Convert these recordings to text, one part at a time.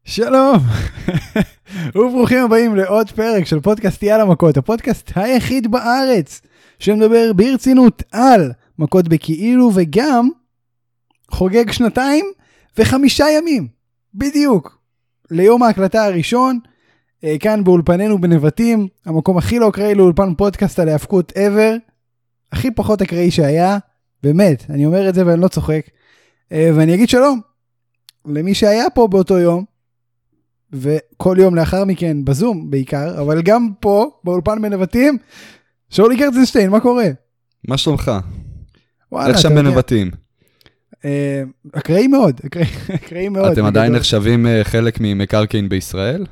שלום, וברוכים הבאים לעוד פרק של פודקאסט יאללה מכות, הפודקאסט היחיד בארץ שמדבר ברצינות על מכות בכאילו וגם חוגג 2.5 ימים, בדיוק, ליום ההקלטה הראשון, כאן באולפנינו בנבטים, המקום הכי לא אקראי לאולפן פודקאסט על ההפקות ever, הכי פחות אקראי שהיה, באמת, אני אומר את זה ואני לא צוחק, ואני אגיד שלום למי שהיה פה באותו יום, וכל יום לאחר מכן בזום בעיקר, אבל גם פה באולפן בנבטים, שאולי קרצנשטיין, מה קורה? מה שלומך? איך שם בנבטים? אקראי מאוד, אקראי מאוד. אתם עדיין נחשבים חלק ממקרקעין בישראל?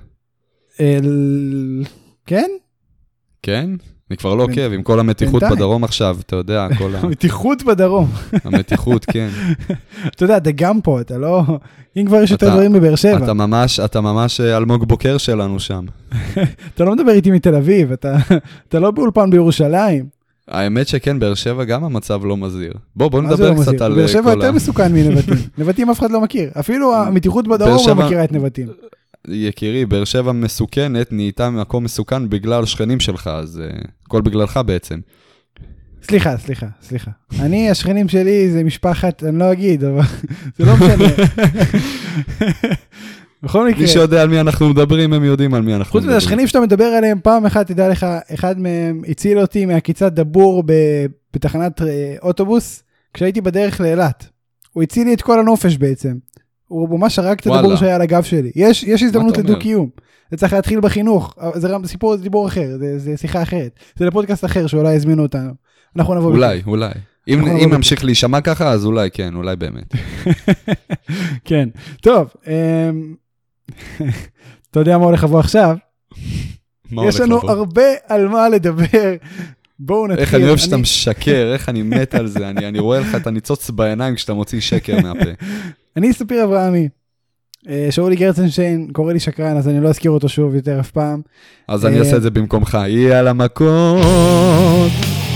כן? כן? אני כבר לא עוקב, עם כל המתיחות בדרום עכשיו, אתה יודע, כל המתיחות בדרום. המתיחות, כן. אתה יודע, אתה גם פה, אתה לא... אם כבר יש יותר דברים בבאר שבע. אתה ממש אלמוג בוקר שלנו שם. אתה לא מדבר איתי מתל אביב, אתה לא באולפן בירושלים. האמת שכן, באר שבע גם המצב לא מזהיר. בוא נדבר קצת על... באר שבע יותר מסוכן מנבטים. נבטים אף אחד לא מכיר. אפילו המתיחות בדרום לא מכירה את נבטים. יקירי, באר שבע מסוכנת, נהייתה מקום מסוכן בגלל שכנים שלך, אז הכל בגללך בעצם. סליחה. אני, השכנים שלי זה משפחת, אני לא אגיד, אבל זה לא משנה. בכל מקרה. מי שיודע על מי אנחנו מדברים, הם יודעים על מי אנחנו מדברים. חוץ מזה, השכנים שאתה מדבר עליהם, פעם אחת, תדע לך, אחד מהם הציל אותי מהקיצת דבור בתחנת אוטובוס, כשהייתי בדרך לאילת. הוא הציל לי את כל הנופש בעצם. הוא ממש הרג את הדבור שהיה על הגב שלי. יש הזדמנות לדו-קיום. זה צריך להתחיל בחינוך. זה סיפור, זה דיבור אחר. זה שיחה אחרת. זה לפודקאסט אחר שאולי הזמינו אותנו. אנחנו נבוא. אולי. אם נמשיך להישמע ככה, אז אולי כן, אולי באמת. כן. טוב. אתה יודע מה הולך לבוא עכשיו? יש לנו הרבה על מה לדבר. בואו נתחיל. איך אני אוהב שאתה משקר, איך אני מת על זה. אני רואה לך את הניצוץ בעיניים כשאתה מוציא שקר מהפה. אני ספיר אברהמי, שאולי קרצנשטיין קורא לי שקרן, אז אני לא אזכיר אותו שוב יותר אף פעם. אז אני אעשה את זה במקומך, יאללה מכות.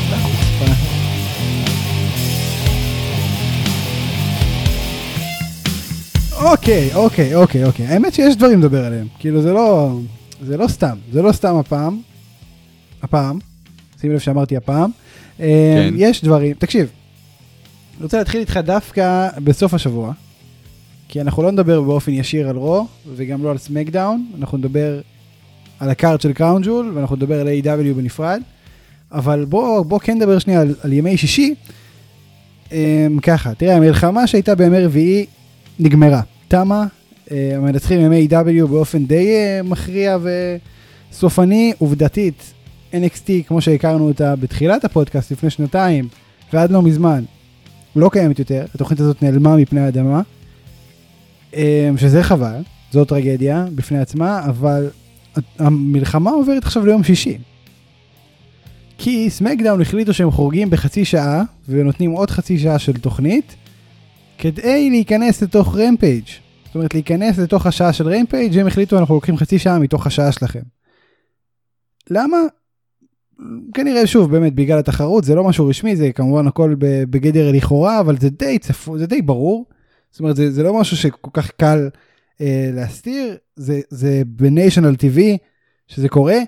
אוקיי. האמת שיש דברים לדבר עליהם, כאילו זה לא סתם הפעם, שים לב שאמרתי הפעם, יש דברים, תקשיב, אני רוצה להתחיל איתך דווקא בסוף השבוע, כי אנחנו לא נדבר באופן ישיר על רו, וגם לא על סמקדאון, אנחנו נדבר על הקארד של קראון ג'ול, ואנחנו נדבר על A.W. בנפרד, אבל בוא כן נדבר שנייה על ימי שישי, ככה, תראה, המלחמה שהייתה בימי רביעי נגמרה, תמה, המנצחים ימי A.W. באופן די מכריע וסופני, עובדתית, NXT כמו שהכרנו אותה בתחילת הפודקאסט לפני 2 ועד לא מזמן, לא קיימת יותר, התוכנית הזאת נעלמה מפני האדמה, שזה חבל, זו טרגדיה בפני עצמה, אבל המלחמה עוברת עכשיו ליום שישי. כי סמקדאון החליטו שהם חורגים בחצי שעה, ונותנים עוד חצי שעה של תוכנית, כדי להיכנס לתוך רמפייג'. זאת אומרת, להיכנס לתוך השעה של רמפייג', הם החליטו אנחנו לוקחים חצי שעה מתוך השעה שלכם. למה? כנראה שוב, באמת, בגלל התחרות, זה לא משהו רשמי, זה כמובן הכל בגדר לכאורה, אבל זה די ברור. זאת אומרת, זה לא משהו שכל כך קל להסתיר, זה בניישנל TV שזה קורה,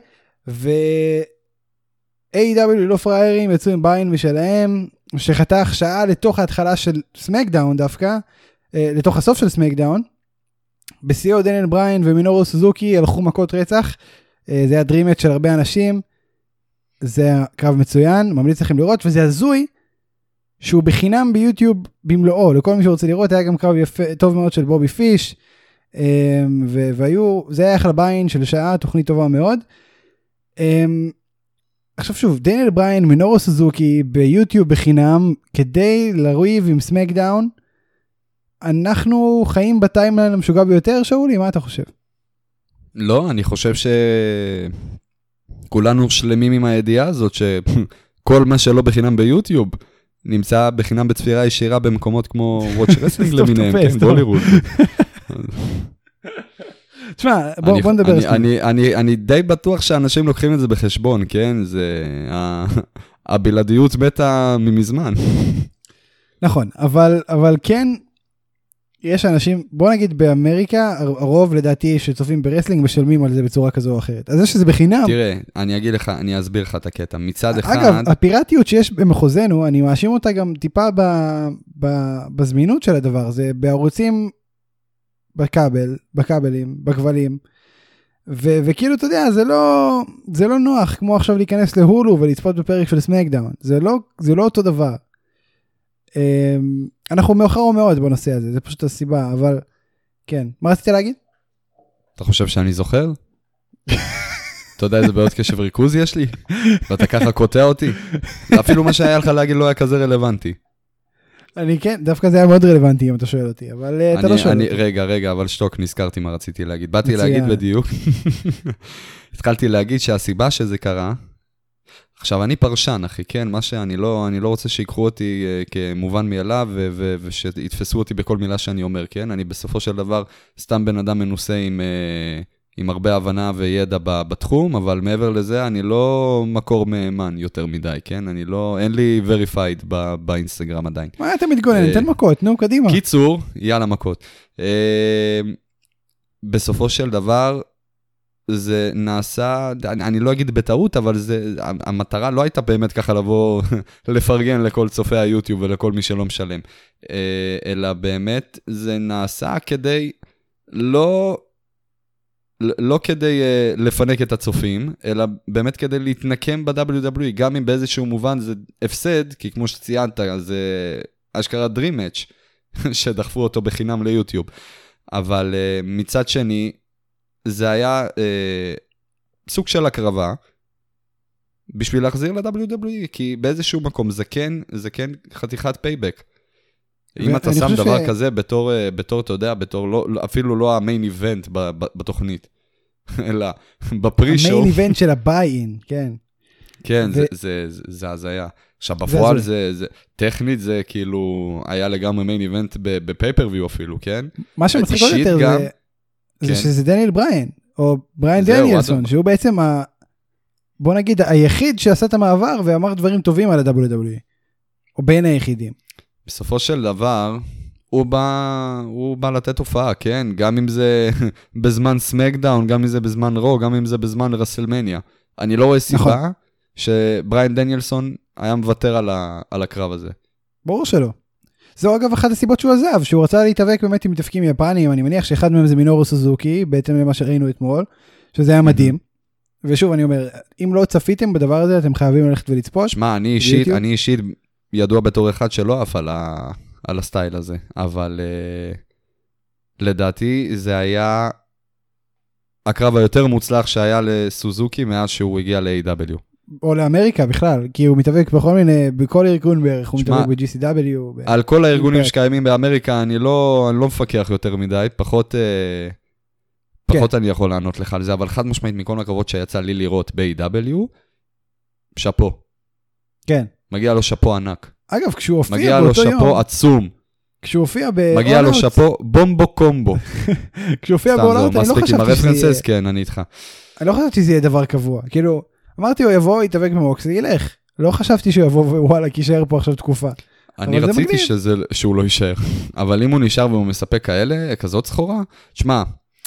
ו-A.W. לא פריירים יצאו עם ביין משלהם, שחתך שעה לתוך ההתחלה של סמקדאון דווקא, לתוך הסוף של סמקדאון, בסיוע דניאל בריין ומינורו סוזוקי הלכו מכות רצח, זה היה דרימט של הרבה אנשים, זה קרב מצוין, ממליץ לכם לראות, וזה הזוי, שהוא בחינם ביוטיוב במלואו, לכל מי שרוצה לראות, היה גם קרב יפה, טוב מאוד של בובי פיש, זה היה אחלה ביין של שעה, תוכנית טובה מאוד. עכשיו שוב, דניאל בריין, מינורו סוזוקי, ביוטיוב בחינם, כדי לריב עם סמקדאון, אנחנו חיים בטיימליין המשוגע ביותר, שאולי, מה אתה חושב? לא, אני חושב כולנו שלמים עם הידיעה הזאת, שכל מה שלא בחינם ביוטיוב, נמצא בחינם בצפירה ישירה במקומות כמו Watch Wrestling למיניהם, כן, בוא לראות. תשמע, בוא נדבר. אני די בטוח שאנשים לוקחים את זה בחשבון, כן? זה הבלעדיות מתה ממזמן. נכון, אבל כן, יש אנשים, בוא נגיד באמריקה, הרוב לדעתי שצופים ברסלינג משלמים על זה בצורה כזו או אחרת. אז זה שזה בחינם. תראה, אני אגיד לך, אני אסביר לך את הקטע. מצד אחד... אגב, הפיראטיות שיש במחוזנו, אני מאשים אותה גם טיפה בזמינות של הדבר. זה בערוצים בכבלים, בכבלים. וכאילו, אתה יודע, זה לא נוח, כמו עכשיו להיכנס להולו ולצפות בפרק של סמקדאון. זה לא אותו דבר. אנחנו מאוחר מאוד בנושא הזה, זה פשוט הסיבה, אבל כן. מה רציתי להגיד? אתה חושב שאני זוכר? אתה יודע איזה בעיות קשב ריכוז יש לי? ואתה ככה קוטע אותי? אפילו מה שהיה לך להגיד לא היה כזה רלוונטי. אני כן, דווקא זה היה מאוד רלוונטי אם אתה שואל אותי, אבל אתה לא שואל אותי. רגע, אבל שתוק, נזכרתי מה רציתי להגיד. באתי להגיד בדיוק. התחלתי להגיד שהסיבה שזה קרה, עכשיו, אני פרשן, אחי, כן? מה שאני לא רוצה שיקחו אותי כמובן מאליו, ושיתפסו אותי בכל מילה שאני אומר, כן? אני בסופו של דבר סתם בן אדם מנוסה עם הרבה הבנה וידע בתחום, אבל מעבר לזה, אני לא מקור מהימן יותר מדי, כן? אין לי verified באינסטגרם עדיין. מה אתה מתגונן? תן מכות, נו, קדימה. קיצור, יאללה מכות. בסופו של דבר, זה נעשה, אני לא אגיד בטעות, אבל המטרה לא הייתה באמת ככה לבוא לפרגן לכל צופי היוטיוב ולכל מי שלא משלם, אלא באמת זה נעשה כדי, לא כדי לפנק את הצופים, אלא באמת כדי להתנקם ב-WWE, גם אם באיזשהו מובן זה הפסד, כי כמו שציינת, זה אשכרה Dream Match, שדחפו אותו בחינם ליוטיוב, אבל מצד שני, זה היה סוג של הקרבה, בשביל להחזיר ל-WWE, כי באיזשהו מקום זה כן חתיכת פייבק. אם אתה שם דבר כזה בתור, אתה יודע, אפילו לא המיין איבנט בתוכנית, אלא בפרי-שואו. המיין איבנט של הביי-אין, כן. כן, זה הזיה. עכשיו, בפועל טכנית זה כאילו, היה לגמרי מיין איבנט בפייפריוויו אפילו, כן? מה שמצחיק עוד יותר זה שזה דניאל בריין, או בריין דניאלסון, שהוא בעצם, בוא נגיד, היחיד שעשה את המעבר ואמר דברים טובים על ה-WWE, או בין היחידים. בסופו של דבר, הוא בא לתת הופעה, כן? גם אם זה בזמן סמקדאון, גם אם זה בזמן רו, גם אם זה בזמן רסלמניה. אני לא רואה סיבה שבריין דניאלסון היה מוותר על הקרב הזה. ברור שלא. זו אגב אחת הסיבות שהוא עזב, שהוא רצה להתאבק באמת עם מתאבקים יפנים, אני מניח שאחד מהם זה מינורו סוזוקי, בהתאם למה שראינו אתמול, שזה היה מדהים. ושוב, אני אומר, אם לא צפיתם בדבר הזה, אתם חייבים ללכת ולצפות. שמע, אני אישית ידוע בתור אחד שלא עף על הסטייל הזה, אבל לדעתי זה היה הקרב היותר מוצלח שהיה לסוזוקי מאז שהוא הגיע ל-AW. או לאמריקה בכלל, כי הוא מתאבק בכל ארגון בערך, הוא מתאבק ב-GCW. על כל הארגונים שקיימים באמריקה, אני לא מפקח יותר מדי, פחות אני יכול לענות לך על זה, אבל חד משמעית מכל הקרבות שיצא לי לראות ב-AW, שפו. כן. מגיע לו שפו ענק. אגב, כשהוא הופיע מגיע לו שפו עצום. כשהוא הופיע מגיע לו שפו בומבו קומבו. כשהוא הופיע בעולמות, אני לא חשבתי שזה... כן, אני איתך. אני לא חשבתי שזה יהיה דבר קבוע. כאילו, אמרתי, הוא יבוא, יתאבק במוקסי, ילך. לא חשבתי שהוא יבוא ווואלה, כי יישאר פה עכשיו תקופה. אני רציתי שהוא לא יישאר. אבל אם הוא נשאר והוא מספק כאלה, כזאת סחורה, תשמע,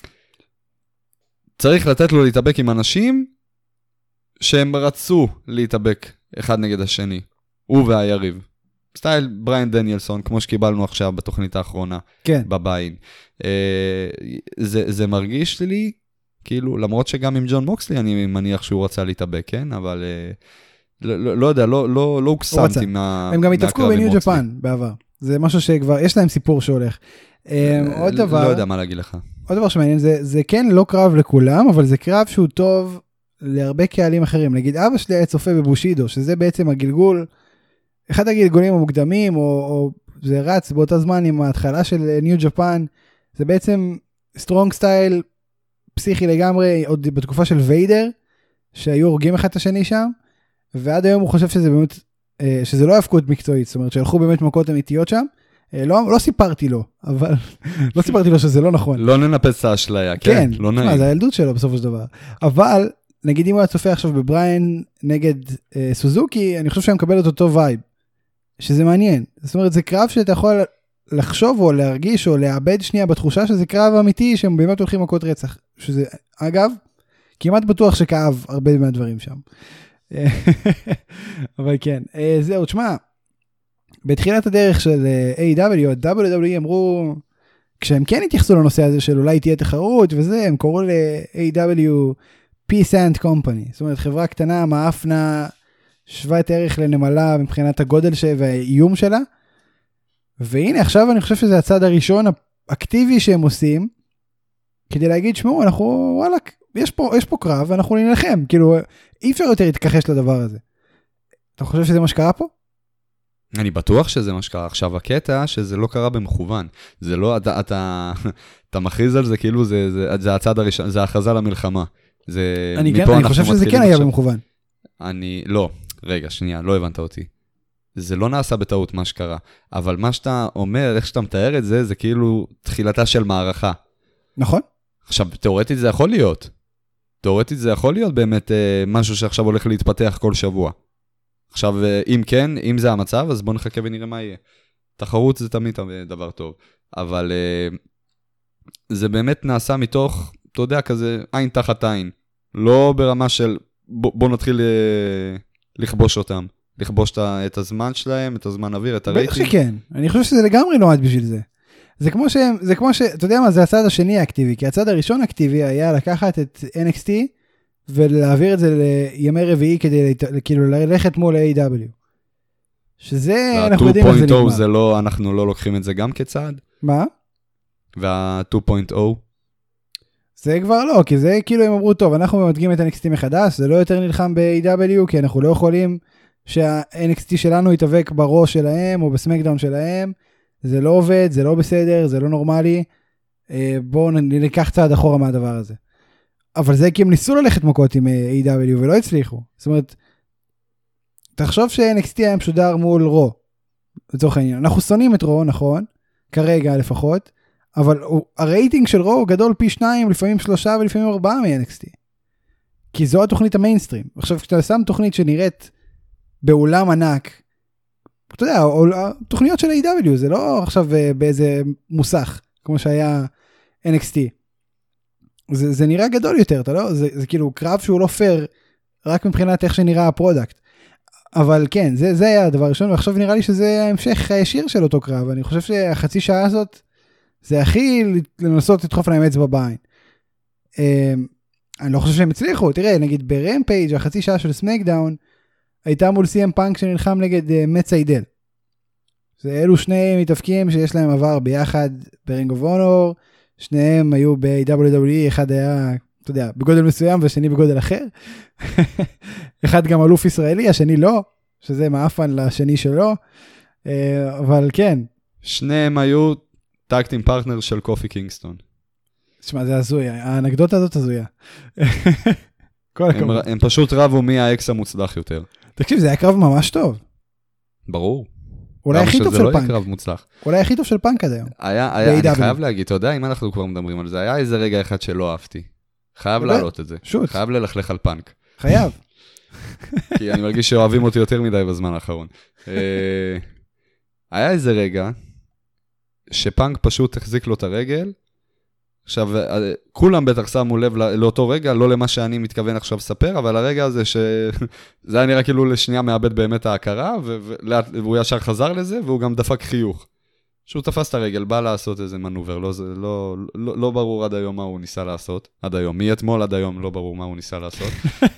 צריך לתת לו להתאבק עם אנשים שהם רצו להתאבק אחד נגד השני. הוא והיריב. סטייל בריין דניאלסון, כמו שקיבלנו עכשיו בתוכנית האחרונה, כן. בביין. זה מרגיש לי, כאילו, למרות שגם עם ג'ון מוקסלי, אני מניח שהוא רצה להתאבק, כן? אבל לא יודע, לא הוקסמתי הם גם התאבקו בניו ג'פן בעבר. זה משהו שכבר, יש להם סיפור שהולך. עוד דבר... לא יודע מה להגיד לך. עוד דבר שמעניין, זה כן לא קרב לכולם, אבל זה קרב שהוא טוב להרבה קהלים אחרים. נגיד, אבא שלי היה צופה בבושידו, שזה בעצם הגלגול, אחד הגלגולים המוקדמים, או זה רץ באותה זמן עם ההתחלה של ניו ג'פן, זה בעצם סטרונג סטייל פסיכי לגמרי, עוד בתקופה של ויידר, שהיו הורגים אחד את השני שם, ועד היום הוא חושב שזה באמת, שזה לא הפקות מקצועית, זאת אומרת שהלכו באמת מכות אמיתיות שם, לא סיפרתי לו, אבל לא סיפרתי לו שזה לא נכון. לא ננפץ את האשליה, כן, לא נעים. זה הילדות שלו בסופו של דבר. אבל, נגיד אם הוא היה צופה עכשיו בבריין נגד סוזוקי, אני חושב שהוא מקבל את אותו וייב, שזה מעניין. זאת אומרת, זה קרב שאתה יכול לחשוב או להרגיש או לאבד שנייה בתחושה שזה קרב אמיתי שהם באמת הולכים מכות רצח. שזה, אגב, כמעט בטוח שכאב הרבה מהדברים שם. אבל כן, זהו, תשמע, בתחילת הדרך של AEW, WWE אמרו, כשהם כן התייחסו לנושא הזה של אולי תהיה תחרות וזה, הם קוראו ל-AEW Peace and Company, זאת אומרת חברה קטנה, מאפנה, שוות ערך לנמלה מבחינת הגודל והאיום שלה, והנה עכשיו אני חושב שזה הצד הראשון האקטיבי שהם עושים, כדי להגיד, שמעו, אנחנו, וואלה, יש פה קרב ואנחנו נלחם, כאילו אי אפשר יותר להתכחש לדבר הזה. אתה חושב שזה מה שקרה פה? אני בטוח שזה מה שקרה. עכשיו הקטע שזה לא קרה במכוון. זה לא, אתה מכריז על זה כאילו זה הצד הראשון, זה ההכרזה למלחמה. אני חושב שזה כן היה במכוון. לא, רגע, שנייה, לא הבנת אותי. זה לא נעשה בטעות מה שקרה, אבל מה שאתה אומר, איך שאתה מתאר את זה, זה כאילו תחילתה של מערכה. נכון. עכשיו, תיאורטית זה יכול להיות. תיאורטית זה יכול להיות באמת משהו שעכשיו הולך להתפתח כל שבוע. עכשיו, אם כן, אם זה המצב, אז בוא נחכה ונראה מה יהיה. תחרות זה תמיד דבר טוב, אבל זה באמת נעשה מתוך, אתה יודע, כזה עין תחת עין. לא ברמה של, בוא נתחיל לכבוש אותם. לכבוש את הזמן שלהם, את הזמן אוויר, את הרייטינג. בטח שכן. אני חושב שזה לגמרי נועד בשביל זה. זה כמו ש, אתה יודע מה, זה הצד השני האקטיבי, כי הצד הראשון האקטיבי היה לקחת את NXT, ולהעביר את זה לימי רביעי, כדי כאילו ללכת מול A.W. שזה, אנחנו יודעים איך זה נגמר. וה-2.0 זה לא, אנחנו לא לוקחים את זה גם כצעד? מה? וה-2.0? זה כבר לא, כי זה כאילו הם אמרו, טוב, אנחנו ממדגים את NXT מחדש, זה לא יותר נלחם ב-A.W, כי אנחנו לא יכולים שה-NXT שלנו יתאבק בראש שלהם, או בסמקדאון שלהם, זה לא עובד, זה לא בסדר, זה לא נורמלי, בואו ניקח צעד אחורה מהדבר הזה. אבל זה כי הם ניסו ללכת מכות עם A.W ולא הצליחו. זאת אומרת, תחשוב ש-NXT היה משודר מול רו, לצורך העניין. אנחנו שונאים את רו, נכון? כרגע לפחות, אבל הרייטינג של רו הוא גדול פי 2, לפעמים 3 ולפעמים 4 מ-NXT. כי זו התוכנית המיינסטרים. עכשיו, כשאתה שם תוכנית שנראית באולם ענק, אתה יודע, תוכניות של A.W, זה לא עכשיו באיזה מוסך, כמו שהיה NXT. זה נראה גדול יותר, אתה לא? זה כאילו קרב שהוא לא פייר, רק מבחינת איך שנראה הפרודקט. אבל כן, זה היה הדבר הראשון, ועכשיו נראה לי שזה ההמשך הישיר של אותו קרב. אני חושב שהחצי שעה הזאת, זה הכי לנסות לדחוף להם אצבע בעין. אני לא חושב שהם הצליחו, תראה, נגיד ברמפייג' החצי שעה של סמקדאון, הייתה מול CM פאנק שנלחם נגד מאט סיידל. זה אלו שני מתאבקים שיש להם עבר ביחד ברינג אוף אונור, שניהם היו ב-WWE, אחד היה, אתה יודע, בגודל מסוים והשני בגודל אחר. אחד גם אלוף ישראלי, השני לא, שזה מאפן לשני שלו, אבל כן. שניהם היו טאקטים פרטנר של קופי קינגסטון. תשמע, זה הזוי, האנקדוטה הזאת הזויה. כל הכבוד. הם פשוט רבו מי האקס המוצלח יותר. תקשיב, זה היה קרב ממש טוב. ברור. אולי הכי טוב של פאנק. מוצלח. אולי הכי טוב של פאנק עד היום. אני חייב להגיד, אתה יודע, אם אנחנו כבר מדברים על זה, היה איזה רגע אחד שלא אהבתי. חייב להעלות את זה. חייב ללכלך על פאנק. חייב. כי אני מרגיש שאוהבים אותי יותר מדי בזמן האחרון. היה איזה רגע שפאנק פשוט החזיק לו את הרגל. עכשיו, כולם בטח שמו לב לאותו רגע, לא למה שאני מתכוון עכשיו לספר, אבל הרגע הזה שזה היה נראה כאילו לשנייה מאבד באמת ההכרה, והוא ישר חזר לזה, והוא גם דפק חיוך. שהוא תפס את הרגל, בא לעשות איזה מנובר, לא ברור עד היום מה הוא ניסה לעשות, עד היום, מאתמול עד היום לא ברור מה הוא ניסה לעשות.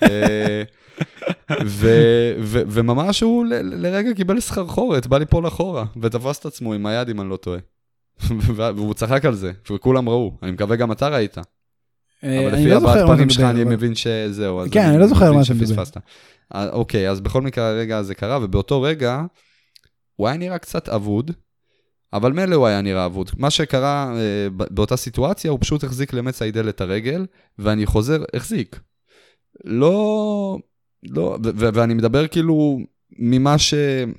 וממש הוא לרגע קיבל סחרחורת, בא לי פה לאחורה, ותפס את עצמו עם היד אם אני לא טועה. והוא צחק על זה, וכולם ראו, אני מקווה גם אתה ראית. אבל לפי הבעת פנים שלך אני מבין שזהו. כן, אני לא זוכר מה שמדבר. אוקיי, אז בכל מקרה הרגע הזה קרה, ובאותו רגע הוא היה נראה קצת אבוד, אבל מלא הוא היה נראה אבוד. מה שקרה באותה סיטואציה, הוא פשוט החזיק למאט סיידל את הרגל, ואני חוזר, החזיק. לא, ואני מדבר כאילו ממה ש...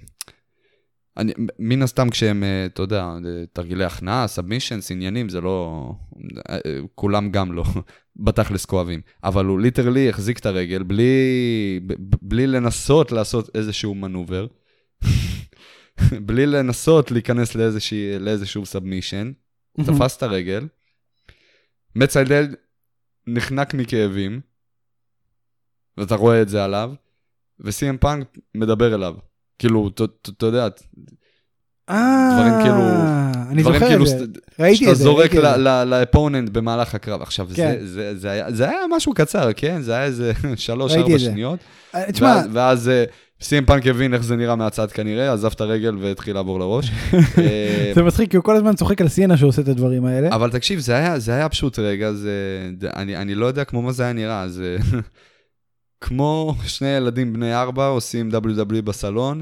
מן הסתם כשהם, אתה יודע, תרגילי הכנעה, סאבמישנס, עניינים, זה לא, כולם גם לא, בתכלס כואבים. אבל הוא ליטרלי החזיק את הרגל, בלי לנסות לעשות איזשהו מנובר. בלי לנסות להיכנס לאיזשהו סאבמישן, הוא תפס את הרגל, מציידל נחנק מכאבים, ואתה רואה את זה עליו, וסי.אם פאנק מדבר אליו. כאילו, אתה יודע, דברים כאילו, אני זוכר את זה, ראיתי את זה. שאתה זורק לאפוננט במהלך הקרב. עכשיו, זה היה משהו קצר, כן? זה היה איזה 3-4 שניות. ואז סי.אם פאנק הבין איך זה נראה מהצד כנראה, עזב את הרגל והתחיל לעבור לראש. זה מצחיק, כי הוא כל הזמן צוחק על סינה שעושה את הדברים האלה. אבל תקשיב, זה היה פשוט רגע, אני לא יודע כמו מה זה היה נראה, זה כמו שני ילדים בני 4 עושים WWE בסלון.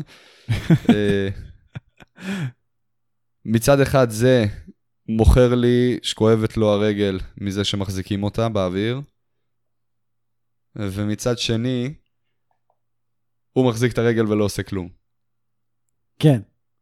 מצד אחד זה מוכר לי שכואבת לו הרגל מזה שמחזיקים אותה באוויר, ומצד שני הוא מחזיק את הרגל ולא עושה כלום. כן.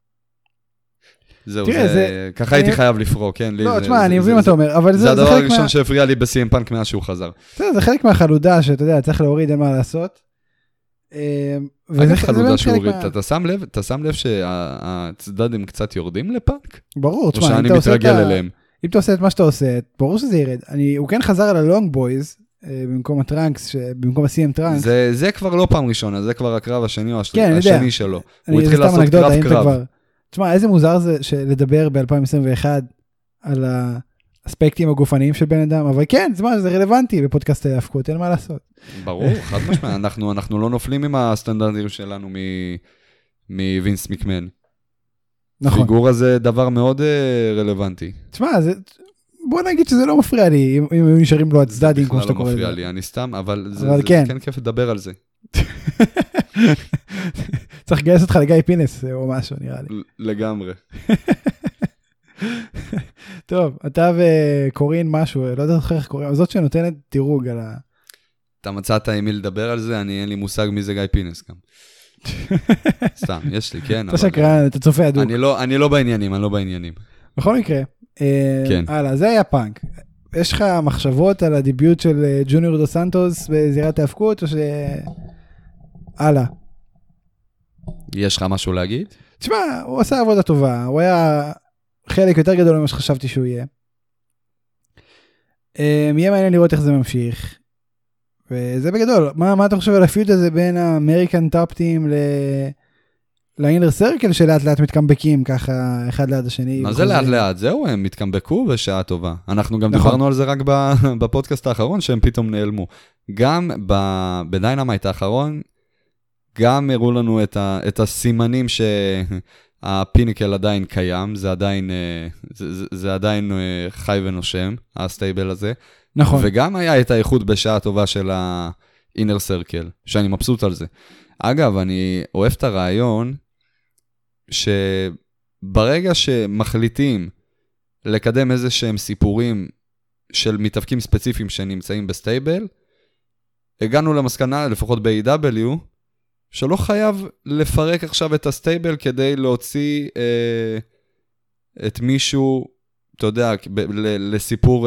זהו, ככה הייתי חייב לפרוק, כן? לא, תשמע, אני מבין מה אתה אומר, אבל זה הדבר הראשון שהפריע לי בסי.אם פאנק מאז שהוא חזר. זה חלק מהחלודה שאתה יודע, צריך להוריד אין מה לעשות. אגב חלודה שהוא הוריד, אתה שם לב שהצדדים קצת יורדים לפאנק? ברור, תשמע, אם אתה עושה את מה שאתה עושה, ברור שזה ירד. הוא כן חזר על הלונג בויז, במקום הטרנקס, במקום ה-CM טרנקס. זה כבר לא פעם ראשונה, זה כבר הקרב השני או השני שלו. הוא התחיל לעשות קרב. תשמע, איזה מוזר זה לדבר ב-2021 על האספקטים הגופניים של בן אדם, אבל כן, זה רלוונטי בפודקאסט ההפקות, אין מה לעשות. ברור, חד משמע, אנחנו לא נופלים עם הסטנדרטים שלנו מווינס מקמן. נכון. פיגורה זה דבר מאוד רלוונטי. תשמע, בוא נגיד שזה לא מפריע לי, אם היו נשארים לו הצדדים, כמו שאתה קורא לזה. זה לא מפריע לי, אני סתם, אבל זה כן כיף לדבר על זה. צריך לגייס אותך לגיא פינס או משהו, נראה לי. לגמרי. טוב, אתה וקורין משהו, לא יודע איך קוראים, זאת שנותנת דירוג על ה... אתה מצאת עם מי לדבר על זה, אין לי מושג מי זה גיא פינס גם. סתם, יש לי, כן. אתה שקרן, אתה צופה הדוק. אני לא בעניינים. בכל מקרה, הלאה, זה היה פאנק. יש לך מחשבות על הדיביוט של ג'וניור דו סנטוס בזירת ההפקות, או ש... הלאה. יש לך משהו להגיד? תשמע, הוא עשה עבודה טובה, הוא היה חלק יותר גדול ממה שחשבתי שהוא יהיה. יהיה מעניין לראות איך זה ממשיך. וזה בגדול, מה אתה חושב על הפיוט הזה בין האמריקן טופ-טים לאינר סרקל שלאט לאט מתקמבקים ככה אחד ליד השני? מה זה לאט לאט? זהו, הם מתקמבקו בשעה טובה. אנחנו גם דיברנו על זה רק בפודקאסט האחרון שהם פתאום נעלמו. גם בדיינמייט האחרון, גם הראו לנו את הסימנים שהפיניקל עדיין קיים, זה עדיין חי ונושם, הסטייבל הזה. נכון. וגם היה את האיכות בשעה טובה של האינר סרקל, שאני מבסוט על זה. אגב, אני אוהב את הרעיון, שברגע שמחליטים לקדם איזה שהם סיפורים של מתאבקים ספציפיים שנמצאים בסטייבל, הגענו למסקנה, לפחות ב-AW, שלא חייב לפרק עכשיו את הסטייבל כדי להוציא את מישהו, אתה יודע, לסיפור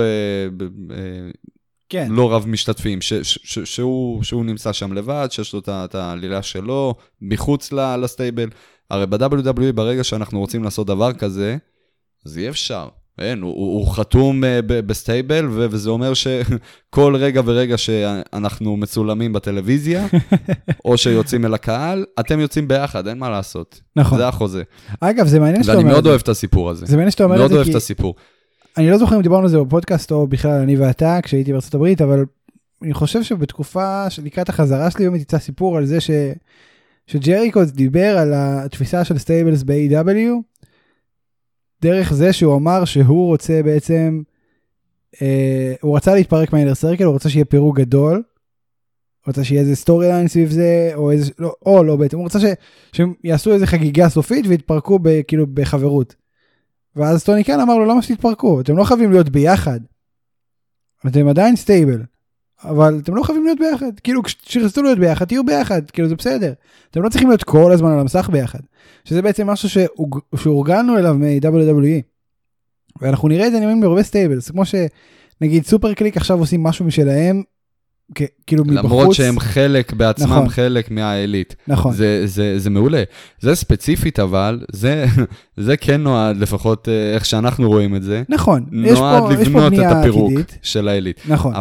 כן. לא רב משתתפים, שהוא נמצא שם לבד, שיש לו את העלילה שלו, מחוץ לסטייבל. הרי ב-WWE ברגע שאנחנו רוצים לעשות דבר כזה, אז יהיה אפשר. אין, הוא חתום בסטייבל, וזה אומר שכל רגע ורגע שאנחנו מצולמים בטלוויזיה, או שיוצאים אל הקהל, אתם יוצאים ביחד, אין מה לעשות. נכון. זה החוזה. אגב, זה מעניין שאתה אומר. ואני מאוד אוהב את הסיפור הזה. זה מעניין שאתה אומר את זה, מאוד אוהב את הסיפור. אני לא זוכר אם דיברנו על זה בפודקאסט, או בכלל אני ואתה, כשהייתי בארצות הברית, אבל אני חושב שבתקופה לקראת החזרה שלי, באמת יצא סיפור על זה שג'ריקו דיבר על התפיסה של סטייבלס ב-AW, דרך זה שהוא אמר שהוא רוצה בעצם, הוא רצה להתפרק מהאינר סרקל, הוא רצה שיהיה פירוק גדול, הוא רצה שיהיה איזה סטורי ליין סביב זה, או לא בעצם, הוא רצה שהם יעשו איזה חגיגה סופית, והתפרקו כאילו בחברות. ואז טוני קאן אמר לו, למה שתתפרקו? אתם לא חייבים להיות ביחד. אתם עדיין סטייבל. אבל אתם לא חייבים להיות ביחד. כאילו, כשרצו להיות ביחד, תהיו ביחד. כאילו, זה בסדר. אתם לא צריכים להיות כל הזמן על המסך ביחד. שזה בעצם משהו שהורגלנו אליו מ-WWE. ואנחנו נראה את זה, אני אומר, בהרבה סטייבל. זה כמו שנגיד, סופר קליק עכשיו עושים משהו משלהם, כאילו מבחוץ. למרות שהם חלק בעצמם, נכון. חלק מהאליט. נכון. זה מעולה. זה ספציפית, אבל זה כן נועד, לפחות איך שאנחנו רואים את זה. נכון. נועד לבנות את הפירוק של האליט. נכון.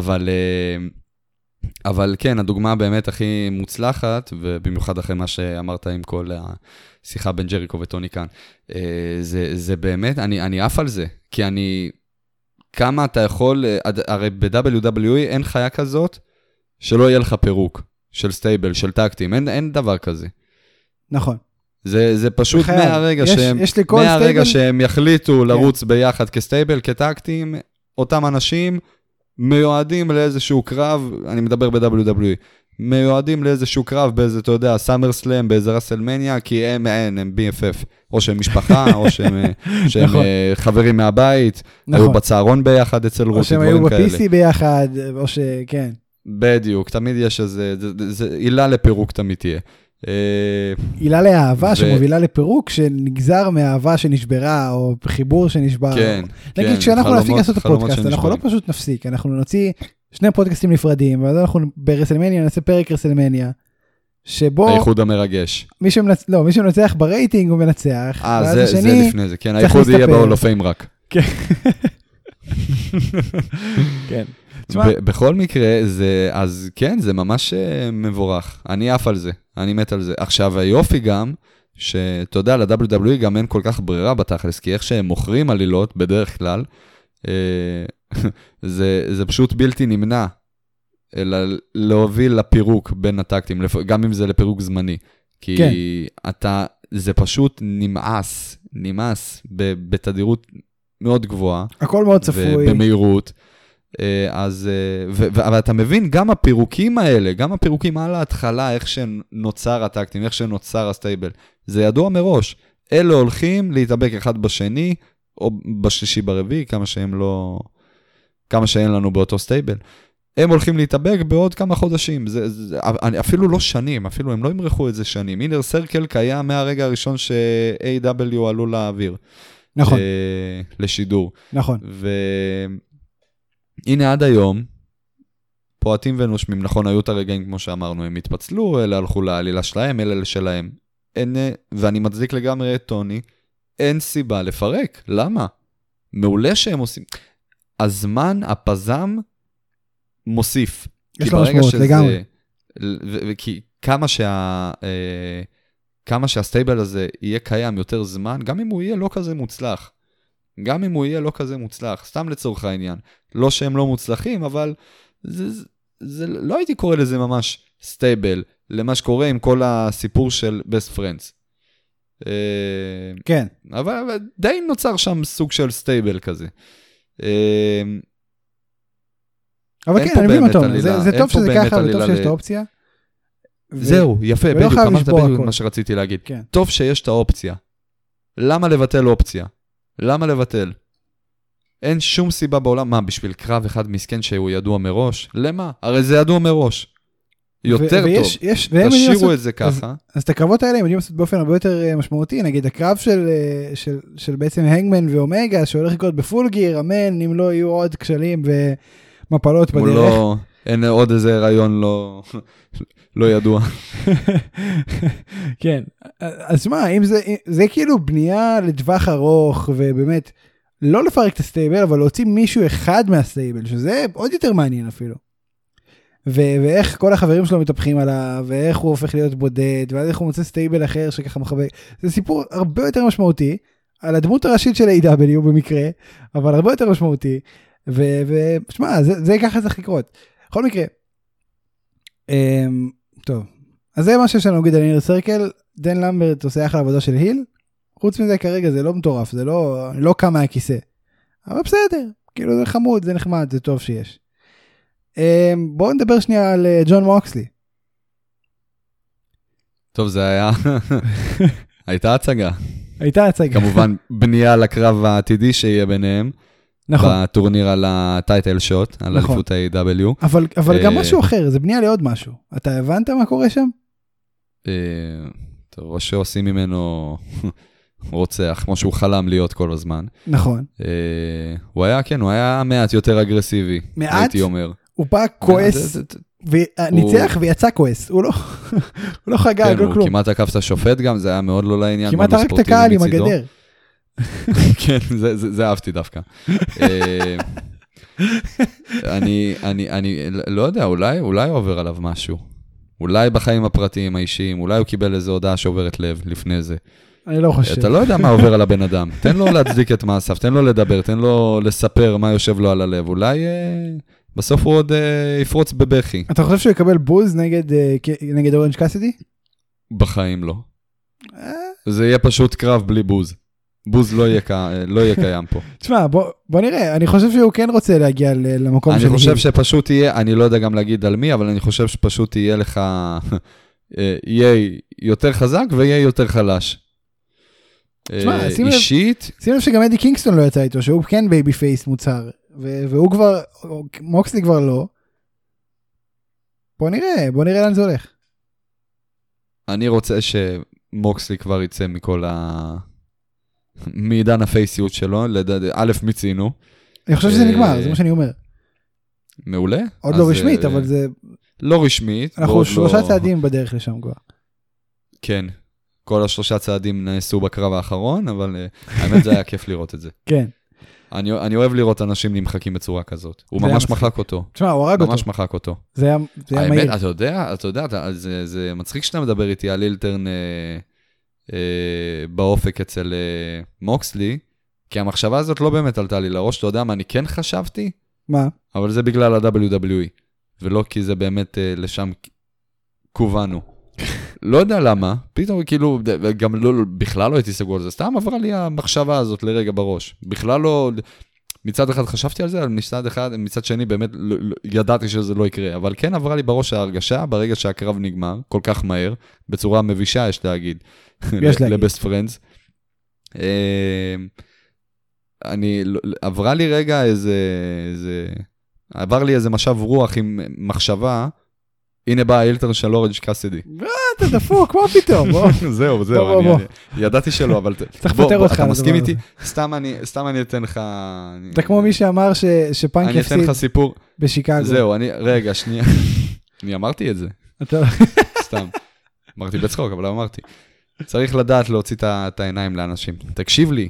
אבל כן, הדוגמה באמת הכי מוצלחת, ובמיוחד אחרי מה שאמרת עם כל השיחה בין ג'ריקו וטוני כאן, זה באמת, אני עף על זה, כי כמה אתה יכול, הרי ב-WWE אין חיה כזאת, שלא יהיה לך פירוק של סטייבל, של טקטים, אין דבר כזה. נכון. זה פשוט מהרגע שהם יחליטו לרוץ ביחד כסטייבל, כטקטים, אותם אנשים מיועדים לאיזשהו קרב, אני מדבר ב-WWE, מיועדים לאיזשהו קרב באיזה, אתה יודע, סאמר סלאם, באיזה רסלמניה, כי הם BFF, או שהם משפחה, או שהם חברים מהבית, היו בצהרון ביחד אצל רותי, או שהם היו ב-PC ביחד, או שכן. בדיוק, תמיד יש איזה, עילה לפירוק תמיד תהיה. עילה לאהבה שמובילה לפירוק, שנגזר מהאהבה שנשברה, או חיבור שנשבר. כן, נגיד, כשאנחנו נפסיק לעשות את הפודקאסט, אנחנו לא פשוט נפסיק, אנחנו נוציא 2 פודקאסטים נפרדים, ואז אנחנו ברסלמניה נעשה פרק רסלמניה, שבו... האיחוד המרגש. מי שמנצח ברייטינג הוא מנצח. זה לפני זה, כן, האיחוד יהיה בהולופים רק. כן. כן. בכל מקרה, אז כן, זה ממש מבורך. אני עף על זה, אני מת על זה. עכשיו, היופי גם, שאתה יודע, ל-WWE גם אין כל כך ברירה בתכלס, כי איך שהם מוכרים עלילות, בדרך כלל, זה פשוט בלתי נמנע, אלא להוביל לפירוק בין הטקטים, גם אם זה לפירוק זמני. כי זה פשוט נמאס בתדירות מאוד גבוהה. הכל מאוד צפוי. ובמהירות. אבל אתה מבין, גם הפירוקים האלה, גם הפירוקים על ההתחלה, איך שנוצר הטקטים, איך שנוצר הסטייבל, זה ידוע מראש. אלה הולכים להתאבק אחד בשני, או בשלישי ברביעי, כמה שאין לנו באותו סטייבל. הם הולכים להתאבק בעוד כמה חודשים, אפילו לא שנים, אפילו הם לא ימרחו את זה שנים. אינר סרקל קיים מהרגע הראשון ש-AW עלו לאוויר. נכון. לשידור. נכון. הנה עד היום, פועטים ונושמים, נכון, היו את הרגעים כמו שאמרנו, הם התפצלו, אלה הלכו לעלילה שלהם, אלה שלהם. ואני מצדיק לגמרי את טוני, אין סיבה לפרק. למה? מעולה שהם עושים. הזמן, הפזם, מוסיף. יש לו משמעות, לגמרי. כי כמה שהסטייבל הזה יהיה קיים יותר זמן, גם אם הוא יהיה לא כזה מוצלח. סתם לצורך העניין. לא שהם לא מוצלחים, אבל לא הייתי קורא לזה ממש סטייבל, למה שקורה עם כל הסיפור של Best Friends. כן. אבל די נוצר שם סוג של סטייבל כזה. אבל כן, אני מבין אותו. זה טוב שזה ככה, וטוב שיש את האופציה. זהו, יפה, בדיוק, אמרת בדיוק מה שרציתי להגיד. טוב שיש את האופציה. למה לבטל אופציה? למה לבטל? אין שום סיבה בעולם. מה, בשביל קרב אחד מסכן שהוא ידוע מראש? למה? הרי זה ידוע מראש. יותר טוב. תשאירו את זה ככה. אז את הקרבות האלה הם יודעים לעשות באופן הרבה יותר משמעותי. נגיד, הקרב של בעצם הנגמן ואומגה, שהולך לקרות בפול גיר, אמן, אם לא יהיו עוד כשלים ומפלות בדרך. אין עוד איזה רעיון לא ידוע. כן. אז מה, אם זה כאילו בנייה לטווח ארוך, ובאמת, לא לפרק את הסטייבל, אבל להוציא מישהו אחד מהסטייבל, שזה עוד יותר מעניין אפילו. ואיך כל החברים שלו מתהפכים עליו, ואיך הוא הופך להיות בודד, ואז איך הוא מוצא סטייבל אחר שככה מחבק. זה סיפור הרבה יותר משמעותי, על הדמות הראשית של AW במקרה, אבל הרבה יותר משמעותי, ושמע, זה ככה צריך לקרות. בכל מקרה, טוב, אז זה מה שיש לנו להגיד על אינר סרקל. דן למברט עושה אחלה עבודה של היל, חוץ מזה כרגע זה לא מטורף, זה לא קם מהכיסא, אבל בסדר, כאילו זה חמוד, זה נחמד, זה טוב שיש. בואו נדבר שנייה על ג'ון מוקסלי. טוב, זה היה הייתה הצגה. כמובן בנייה לקרב העתידי שיהיה ביניהם. נכון. בטורניר על הטייטל שוט, על אליפות ה-AW. אבל גם משהו אחר, זה בנייה לעוד משהו. אתה הבנת מה קורה שם? טוב, או שעושים ממנו רוצח, כמו שהוא חלם להיות כל הזמן. נכון. הוא היה מעט יותר אגרסיבי, מעט? הייתי אומר. הוא בא כועס וניצח ויצא כועס, הוא לא חגג, כן, לא כלום. הוא כמעט עקף את השופט גם, זה היה מאוד לא לעניין. כמעט הרג את הקהל עם הגדר. כן, זה אהבתי דווקא. אני לא יודע, אולי עובר עליו משהו. אולי בחיים הפרטיים האישיים, אולי הוא קיבל איזו הודעה שעוברת לב לפני זה. אני לא חושב. אתה לא יודע מה עובר על הבן אדם. תן לו להצדיק את מעשיו, תן לו לדבר, תן לו לספר מה יושב לו על הלב. אולי בסוף הוא עוד יפרוץ בבכי. אתה חושב שהוא יקבל בוז נגד אורנג' קאסידי? בחיים לא. זה יהיה פשוט קרב בלי בוז. בוז לא יהיה קיים פה. תשמע, בוא נראה, אני חושב שהוא כן רוצה להגיע למקום אני חושב שפשוט יהיה, אני לא יודע גם להגיד על מי, אבל אני חושב שפשוט יהיה לך, יהיה יותר חזק ויהיה יותר חלש. תשמע, אישית. שים לב שגם אדי קינגסטון לא יצא איתו, שהוא כן בייבי פייס מוצר, והוא כבר, מוקסלי כבר לא. בוא נראה לאן זה הולך. אני רוצה שמוקסלי כבר יצא מכל מעידן הפייסיות שלו, א' מיצינו. אני חושב שזה נגמר, זה מה שאני אומר. מעולה. עוד לא רשמית, אבל זה... לא רשמית. אנחנו 3 צעדים בדרך לשם כבר. כן. כל 3 צעדים נעשו בקרב האחרון, אבל האמת זה היה כיף לראות את זה. כן. אני אוהב לראות אנשים נמחקים בצורה כזאת. הוא ממש מחק אותו. תשמע, הוא הרג אותו. ממש מחק אותו. זה היה מהיר. האמת, אתה יודע, זה מצחיק שאתה מדבר איתי על אילטרן באופק אצל מוקסלי, כי המחשבה הזאת לא באמת עלתה לי לראש. אתה יודע מה אני כן חשבתי? מה? אבל זה בגלל ה-WWE, ולא כי זה באמת לשם כובנו. לא יודע למה, פתאום כאילו, גם בכלל לא הייתי סגור על זה, סתם עברה לי המחשבה הזאת לרגע בראש. בכלל לא, מצד אחד חשבתי על זה, אבל מצד שני באמת ידעתי שזה לא יקרה, אבל כן עברה לי בראש ההרגשה, ברגע שהקרב נגמר, כל כך מהר, בצורה מבישה יש להגיד, לבסט פרנדס. עברה לי רגע עבר לי איזה משב רוח עם מחשבה, הנה בא אילטרן של אורנג' קאסידי. אתה דפוק, מה פתאום? זהו, ידעתי שלא, אבל צריך לפטר אותך. אתה מסכים איתי? סתם אני אתן לך... אתה כמו מי שאמר שפאנק יפסיד אני אתן לך סיפור. בשיקגו. זהו, רגע, שנייה. אני אמרתי את זה. סתם. אמרתי בצחוק, אבל לא אמרתי. צריך לדעת להוציא את העיניים לאנשים. תקשיב לי.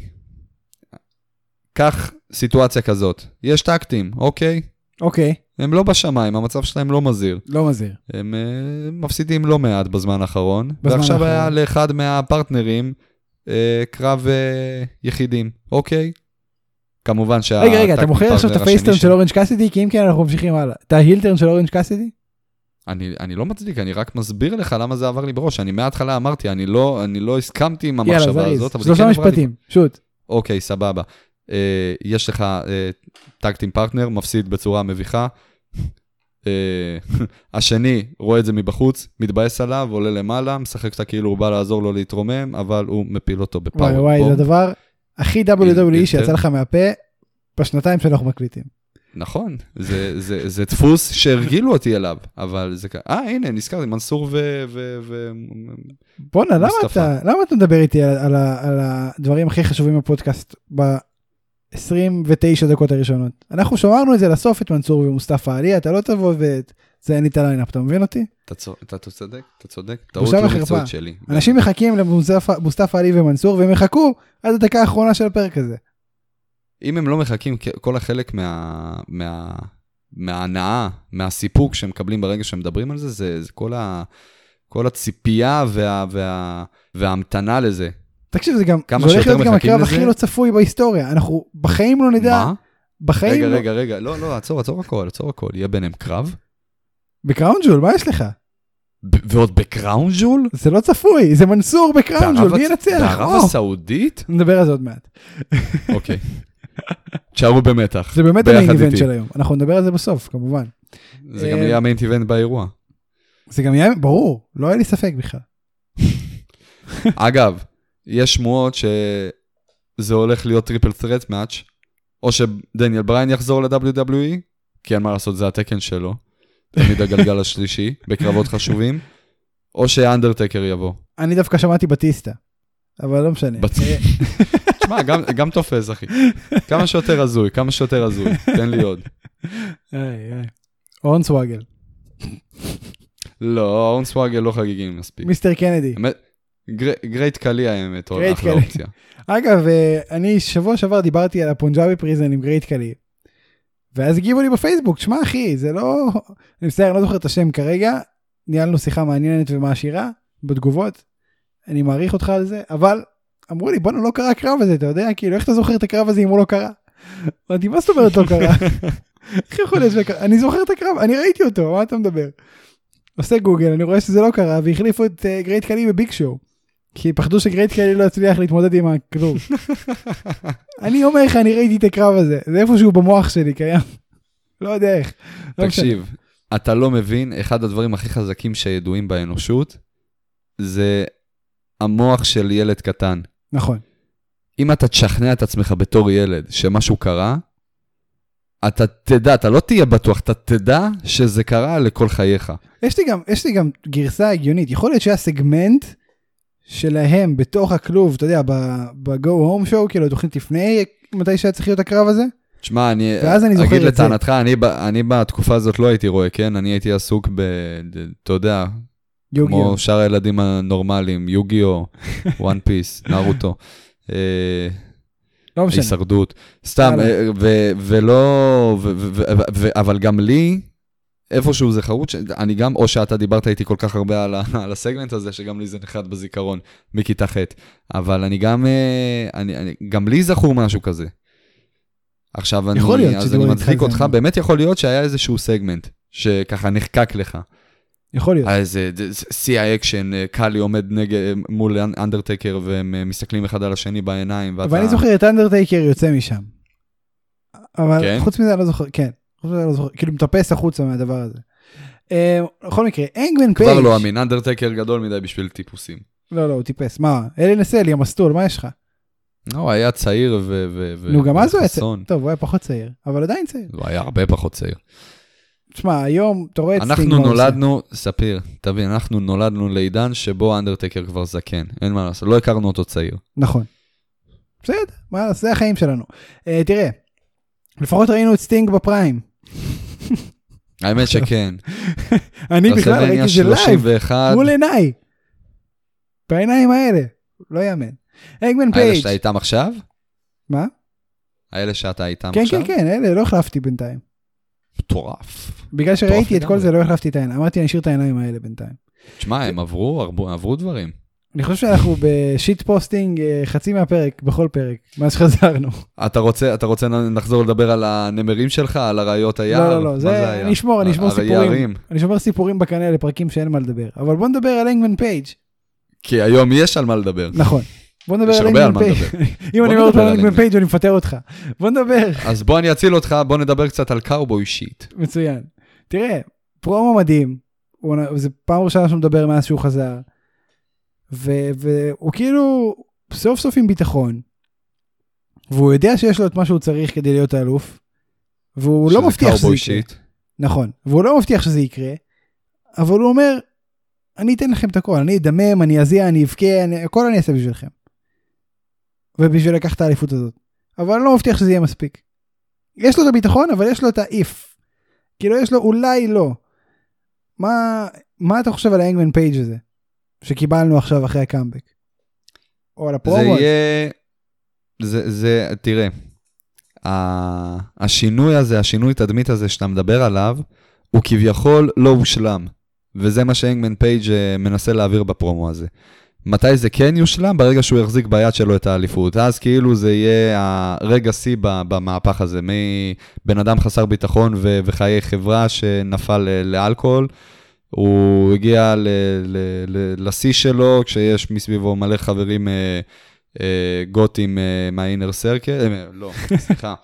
קח סיטואציה כזאת. יש טקטים, אוקיי? אוקיי. הם לא בשמיים, המצב שלהם לא מזהיר. לא מזהיר. הם מפסידים לא מעט בזמן האחרון. ועכשיו היה לאחד מהפרטנרים קרב יחידים, אוקיי? כמובן רגע, אתה מוכר עכשיו את הפייסטרן של אורנג' קאסידי? כי אם כן אנחנו ממשיכים הלאה. אתה ההילטרן של אורנג' קאסידי? אני לא מצדיק, אני רק מסביר לך למה זה עבר לי בראש. אני מההתחלה אמרתי, אני לא הסכמתי עם המחשבה הזאת. 3 משפטים, שוט. אוקיי, סבבה. יש לך טאג-טים פרטנר, מפסיד בצורה מביכה. השני רואה את זה מבחוץ, מתבאס עליו, עולה למעלה, משחק אותה כאילו הוא בא לעזור לו להתרומם, אבל הוא מפיל אותו בפאוור. וואי, זה הדבר הכי WWE שיצא לך מהפה בשנתיים שאנחנו מקליטים. נכון, זה דפוס שהרגילו אותי אליו, אבל זה הנה, נזכרתי, מנסור בונה, למה אתה מדבר איתי על הדברים הכי חשובים בפודקאסט ב-29 דקות הראשונות? אנחנו שמרנו את זה לסוף, את מנסור ומוסטפא עלי, אתה לא תבוא וזה אין לי את הליינאפ, אתה מבין אותי? אתה צודק, טעות לא מקצועית שלי. אנשים מחכים למוסטפא עלי ומנסור, והם יחכו עד הדקה האחרונה של הפרק הזה. אם הם לא מחכים, כל החלק מההנאה, מהסיפוק שהם מקבלים ברגע שהם מדברים על זה, זה כל הציפייה וההמתנה לזה. תקשיב, זה הולך להיות גם הקרב הכי לא צפוי בהיסטוריה. אנחנו בחיים לא נדע. מה? רגע. לא, עצור הכל. יהיה ביניהם קרב? בקראון ג'ול, מה יש לך? ועוד בקראון ג'ול? זה לא צפוי, זה מנסור בקראון ג'ול, מי ינצח? בערב הסעודית? נדבר על זה עוד מעט. אוקיי. תשארו במתח. זה באמת המיין איבנט של היום. אנחנו נדבר על זה בסוף, כמובן. זה גם יהיה המיין איבנט באירוע. זה גם יהיה, ברור, לא היה לי ספק בכלל. אגב, יש שמועות שזה הולך להיות טריפל ת'רט מאץ', או שדניאל בריין יחזור ל-WWE, כי אין מה לעשות, זה התקן שלו, תמיד הגלגל השלישי, בקרבות חשובים, או שאנדרטקר יבוא. אני דווקא שמעתי בטיסטה, אבל לא משנה. תשמע, גם תופס, אחי. כמה שיותר הזוי, תן לי עוד. אורנסוואגל. לא, אורנסוואגל לא חגיגים מספיק. מיסטר קנדי. גרייט קלי האמת, או אחלה אופציה. אגב, אני שבוע שעבר דיברתי על הפונג'אבי פריזן עם גרייט קלי, ואז הגיבו לי בפייסבוק, שמע אחי, זה לא, אני מצטער, אני לא זוכר את השם כרגע, ניהלנו שיחה מעניינת ומעשירה, בתגובות, אני מעריך אותך על זה, אבל אמרו לי, בואו לא קרה הקרב הזה, אתה יודע, כאילו, איך אתה זוכר את הקרב הזה אם הוא לא קרה? אמרתי, מה זאת אומרת לא קרה? איך יכול להיות שקרה? אני זוכר את הקרב, אני ראיתי אותו, מה אתה מדבר? עושה גוגל, אני רואה שזה לא קרה, והחליפו את גרייט קלי בביג שואו, כי פחדו שגרייט קלי לא יצליח להתמודד עם הכלוב. אני אומר לך, אני ראיתי את הקרב הזה, זה איפשהו במוח שלי קיים. לא יודע איך. תקשיב, אתה לא מבין, אחד הדברים הכי חזקים שידועים באנושות, זה המוח של ילד קטן. נכון. אם אתה תשכנע את עצמך בתור ילד שמשהו קרה, אתה תדע, אתה לא תהיה בטוח, אתה תדע שזה קרה לכל חייך. יש לי גם גרסה הגיונית, יכול להיות שהיה סגמנט שלהם בתוך הכלוב, אתה יודע, ב-Go Home Show, כאילו תוכנית לפני, מתי שהיה צריך להיות הקרב הזה? תשמע, אני אגיד לטענתך, אני בתקופה הזאת לא הייתי רואה, כן? אני הייתי עסוק אתה יודע, כמו שאר הילדים הנורמליים, יוגיו, וואן פיס, נרוטו. לא משנה. הישרדות. סתם, ולא, אבל גם לי, איפשהו זה חרוץ, אני גם, או שאתה דיברת איתי כל כך הרבה על הסגמנט הזה, שגם לי זה נחת בזיכרון, מכיתה ח', אבל אני גם לי זכור משהו כזה. עכשיו, אז אני מצחיק אותך, באמת יכול להיות שהיה איזשהו סגמנט, שככה נחקק לך. יכול להיות. אז שיא אקשן, קלי עומד מול אנדרטייקר, והם מסתכלים אחד על השני בעיניים. אבל אני זוכר את אנדרטייקר יוצא משם. אבל חוץ מזה אני לא זוכר, כן. כאילו מטפס החוצה מהדבר הזה. בכל מקרה, אנגמן פייג'. כבר לא אמין, אנדרטייקר גדול מדי בשביל טיפוסים. לא, הוא טיפס. מה? אלי נסלי, המסטול, מה יש לך? הוא היה צעיר נו, גם אז הוא היה צעיר. טוב, הוא היה פחות צעיר, אבל עדיין צעיר. הוא היה הרבה פחות צעיר. תשמע, היום, אתה רואה את סטינג. אנחנו נולדנו, ספיר, תבין, אנחנו נולדנו לעידן שבו אנדרטייקר כבר זקן. אין מה לעשות, לא הכרנו אותו צעיר. נכון. בסדר, מה לעשות, זה החיים שלנו. תראה, לפחות ראינו את סטינג בפריים. האמת שכן. אני בכלל ראיתי זה לייב, מול עיניי. בעיניים האלה, לא יאמן. אנגמן פייג'. האלה שאתה איתם עכשיו? מה? האלה שאתה איתם עכשיו? כן, אלה, לא החלפתי בינתיים. מטורף. בגלל שראיתי את כל זה, לא החלפתי את העיניים. אמרתי, אני אשאיר את העיניים האלה בינתיים. תשמע, הם עברו דברים. אני חושב שאנחנו בשיט פוסטינג חצי מהפרק, בכל פרק, מה שחזרנו. אתה רוצה נחזור לדבר על הנמרים שלך, על הראיות היער? לא, זה אני אשמור סיפורים. אני שומר סיפורים בקנה לפרקים שאין מה לדבר. אבל בוא נדבר על אנגמן פייג'. כי היום יש על מה לדבר. נכון. בוא נדבר על אנגמן פייג'. אם אני אומר אותך על אנגמן פייג' אני מפטר אותך. בוא נדבר. אז בוא אני אציל אותך, בוא נדבר קצת על קאובוי שיט. מצוין. תראה, פרומו מדהים. זה פעם ראשונה שהוא מדבר מאז שהוא חזר. והוא כאילו סוף סוף עם ביטחון, והוא יודע שיש לו את מה שהוא צריך כדי להיות האלוף, והוא לא מבטיח שזה יקרה. נכון, והוא לא מבטיח שזה יקרה, אבל הוא אומר, אני אתן לכם את הכל, אני אדמם, אני אזיע, אני אבכה, הכל אני אעשה בשבילכם. ובשביל לקחת את האליפות הזאת. אבל אני לא מבטיח שזה יהיה מספיק. יש לו את הביטחון, אבל יש לו את האיף. כאילו יש לו אולי לא. מה אתה חושב על האנגמן פייג' הזה? שקיבלנו עכשיו אחרי הקאמבק. או על הפרומו. תראה, השינוי הזה, השינוי תדמית הזה שאתה מדבר עליו, הוא כביכול לא הושלם. וזה מה שאנגמן פייג' מנסה להעביר בפרומו הזה. מתי זה כן יושלם? ברגע שהוא יחזיק ביד שלו את האליפות. אז כאילו זה יהיה הרגע שיא במהפך הזה. מבן אדם חסר ביטחון וחיי חברה שנפל לאלכוהול. הוא הגיע לשיא שלו, כשיש מסביבו מלא חברים גוטים מהאינר סרקל, לא, סליחה,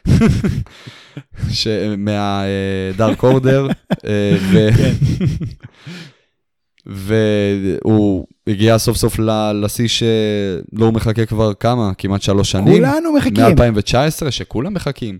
מהדארק אורדר, והוא הגיע סוף סוף לשיא שלא הוא מחכה כבר כמה, כמעט 3 שנים. כולנו מחכים. מ-2019, שכולם מחכים,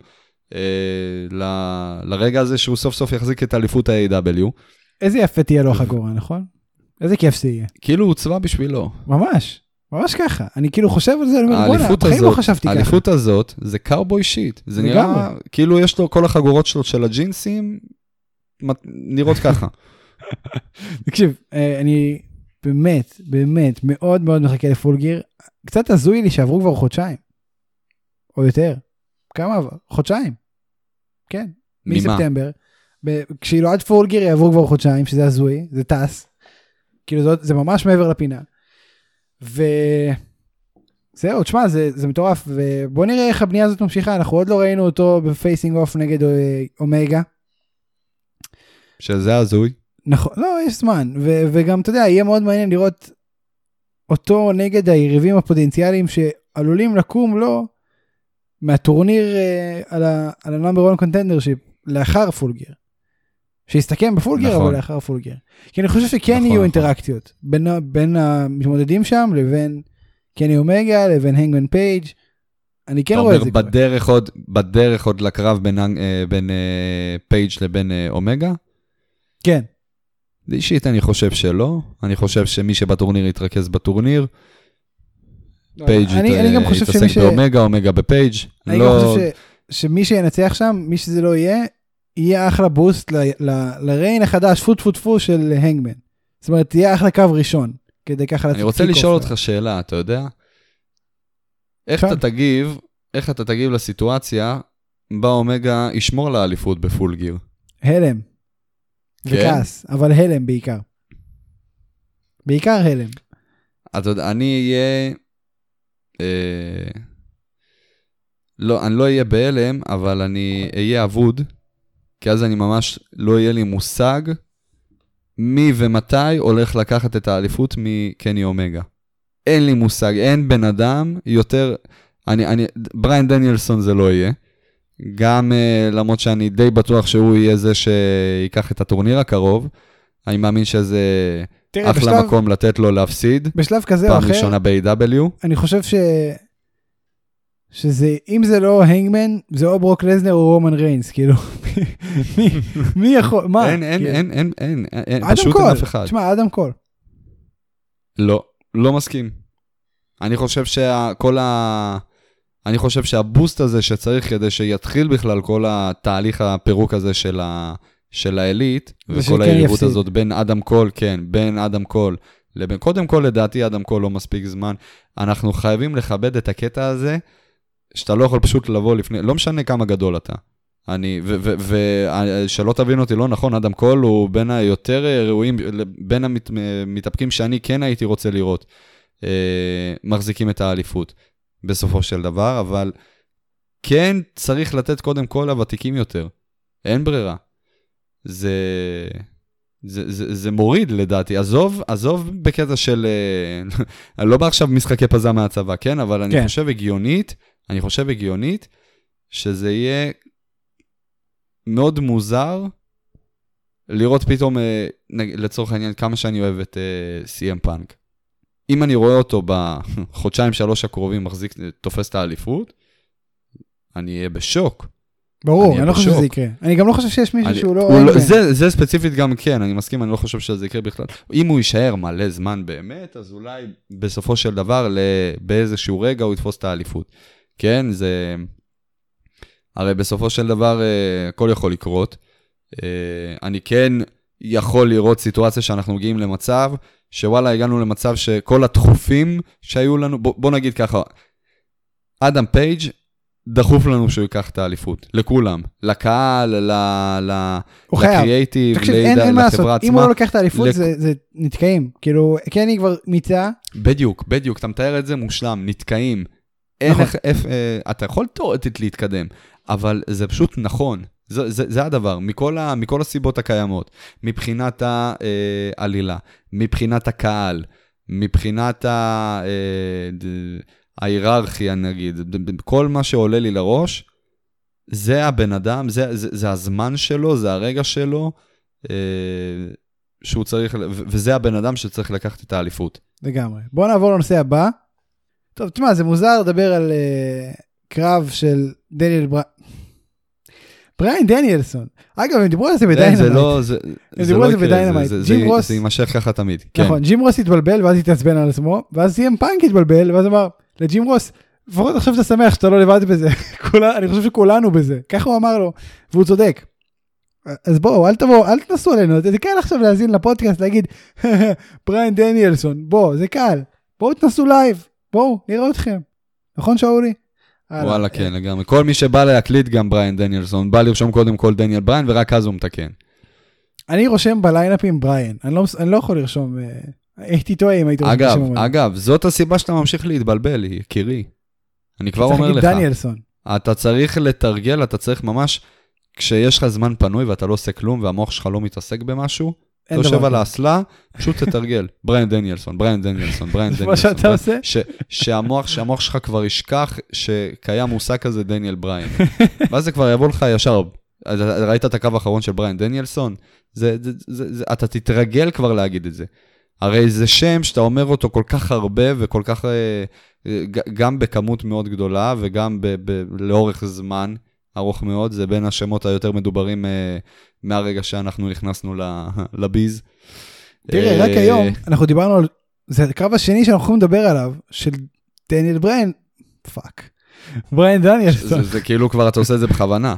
לרגע הזה שהוא סוף סוף יחזיק את אליפות ה-AW. איזה יפה תהיה לו החגורה, נכון? איזה כיף זה יהיה. כאילו הוא צבא בשבילו. ממש ככה. אני כאילו חושב על זה, אני אומר, בונה, בחיים לא חשבתי ככה. האליפות הזאת זה קאובוי שיט. זה נראה, כאילו יש לו כל החגורות שלו של הג'ינסים, נראות ככה. תקשיב, אני באמת, באמת, מאוד מאוד מחכה לפול גיר. קצת הזוי לי שעברו כבר חודשיים. או יותר. כמה עבר? חודשיים. כן. מספטמבר. כשאילו עד פול גיר יעברו כבר חודשיים, שזה הזוי, זה טס. כאילו זה ממש מעבר לפינה. זהו, תשמע, זה מטורף. ובוא נראה איך הבנייה הזאת ממשיכה. אנחנו עוד לא ראינו אותו בפייסינג אוף נגד אומגה. שזה הזוי. נכון, לא, יש זמן, וגם, אתה יודע, יהיה מאוד מעניין לראות אותו נגד היריבים הפוטנציאליים שעלולים לקום לו מהטורניר על ה-number one contendership לאחר פול גיר. שיסתכם בפול גיר, אבל לאחר פול גיר. כי אני חושב שכן יהיו אינטראקציות בין המתמודדים שם לבין קני אומגה, לבין הנגמן פייג'. אני כן רואה את זה. בדרך עוד לקרב בין פייג' לבין אומגה? כן. אישית אני חושב שלא, אני חושב שמי שבטורניר יתרכז בטורניר, פייג' יתעסק באומגה, אומגה בפייג'. אני גם חושב שמי שינצח שם, מי שזה לא יהיה אחלה בוסט לריין החדש, פוט של הנגמן. זאת אומרת, תהיה אחלה קו ראשון, כדי ככה... אני רוצה לשאול אותך שאלה, אתה יודע? איך אתה תגיב לסיטואציה, בה אומגה ישמור לאליפות בפול גיר? הלם. וכעס, אבל הלם בעיקר. בעיקר הלם. אתה יודע, אני לא אהיה בהלם, אבל אני אהיה אבוד, כי אז אני ממש לא יהיה לי מושג מי ומתי הולך לקחת את האליפות מקני אומגה. אין לי מושג, אין בן אדם יותר, בריין דניאלסון זה לא יהיה, גם למרות שאני די בטוח שהוא יהיה זה שיקח את הטורניר הקרוב, אני מאמין שזה אחלה מקום לתת לו להפסיד. בשלב כזה או אחר. פעם ראשונה ב-AW. אני חושב שזה, אם זה לא הנגמן, זה או ברוק לזנר או רומן ריינס, כאילו, מי יכול, מה? אין, פשוט אין אף אחד. תשמע, אדם קול. לא מסכים. אני חושב שהבוסט הזה שצריך כדי שיתחיל בכלל כל התהליך הפירוק הזה של האליט, וכל היריבות הזאת בין אדם קול, כן, בין אדם קול, קודם כל לדעתי אדם קול לא מספיק זמן, אנחנו חייבים לכבד את הקטע הזה, שאתה לא יכול פשוט לבוא לפני, לא משנה כמה גדול אתה. ושלא תבין אותי לא נכון, אדם קול הוא בין היותר ראויים, בין המתאפקים שאני כן הייתי רוצה לראות, מחזיקים את האליפות בסופו של דבר, אבל כן צריך לתת קודם כל לוותיקים יותר. אין ברירה. זה מוריד לדעתי. עזוב בקטע של, אני לא בא עכשיו משחקי פזה מהצבא, כן? אבל אני חושב הגיונית, שזה יהיה מאוד מוזר לראות פתאום, לצורך העניין, כמה שאני אוהב את CM פאנק. אם אני רואה אותו בחודשיים 3 הקרובים תופס את האליפות, אני אהיה בשוק. ברור, אני לא חושב שזה יקרה. אני גם לא חושב שיש מישהו שהוא לא... זה ספציפית גם כן, אני מסכים, אני לא חושב שזה יקרה בכלל. אם הוא יישאר מלא זמן באמת, אז אולי בסופו של דבר, באיזשהו רגע הוא יתפוס את האליפות. כן, זה... הרי בסופו של דבר, הכל יכול לקרות. אני כן יכול לראות סיטואציה שאנחנו מגיעים למצב, שוואלה, הגענו למצב שכל הדחופים שהיו לנו, בוא נגיד ככה, אדם פייג' דחוף לנו שהוא ייקח את האליפות, לכולם, לקהל, לקריאייטיב, לחברה עצמה. אם הוא לא לקח את האליפות, זה נתקעים, כאילו, כן היא כבר מיצה. בדיוק, אתה מתאר את זה מושלם, נתקעים. אתה יכול תאורטית להתקדם, אבל זה פשוט נכון. זה הדבר, מכל הסיבות הקיימות, מבחינת העלילה, מבחינת הקהל, מבחינת ההיררכיה נגיד, כל מה שעולה לי לראש, זה הבן אדם, זה הזמן שלו, זה הרגע שלו, שהוא צריך, וזה הבן אדם שצריך לקחת את האליפות. לגמרי. בואו נעבור לנושא הבא. טוב, תשמע, זה מוזר לדבר על קרב של בריין דניאלסון. אגב, הם דיברו על זה בדיינמייט. הם דיברו על זה בדיינמייט. זה יימשך ככה תמיד. נכון, ג'ים רוס התבלבל, ואז התעצבן על עצמו, ואז CM פאנק התבלבל, ואז אמר, לג'ים רוס, לפחות עכשיו אתה שמח שאתה לא לבד בזה. אני חושב שכולנו בזה. ככה הוא אמר לו, והוא צודק. אז בואו, אל תנסו עלינו, זה קל עכשיו להזין לפודקאסט, להגיד, בריין דניאלסון, בואו, זה קל, בואו תנסו לייב, בואו, נראה אתכם. נכון שאולי? וואלה, כן, לגמרי. כל מי שבא להקליט גם בריין דניאלסון, בא לרשום קודם כל דניאל בריין, ורק אז הוא מתקן. אני רושם בליינאפים בריין, אני לא יכול לרשום, הייתי טועה אם הייתי רושם. אגב, זאת הסיבה שאתה ממשיך להתבלבל, יקירי. אני כבר אומר לך. דניאלסון. אתה צריך לתרגל, אתה צריך ממש, כשיש לך זמן פנוי ואתה לא עושה כלום, והמוח שלך לא מתעסק במשהו, אתה יושב על האסלה, פשוט תתרגל. בריין דניאלסון. מה שאתה עושה? שהמוח שלך כבר ישכח שקיים מושג כזה דניאל בריין. ואז זה כבר יבוא לך ישר. ראית את הקו האחרון של בריין דניאלסון? אתה תתרגל כבר להגיד את זה. הרי זה שם שאתה אומר אותו כל כך הרבה וכל כך, גם בכמות מאוד גדולה וגם לאורך זמן ארוך מאוד, זה בין השמות היותר מדוברים מהרגע שאנחנו נכנסנו לביז. תראה, רק היום אנחנו דיברנו על, זה הקרב השני שאנחנו יכולים לדבר עליו, של דניאל בריין, פאק, בריין דניאלסון. זה כאילו כבר אתה עושה את זה בכוונה.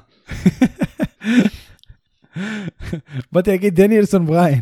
באתי להגיד דניאלסון בריין.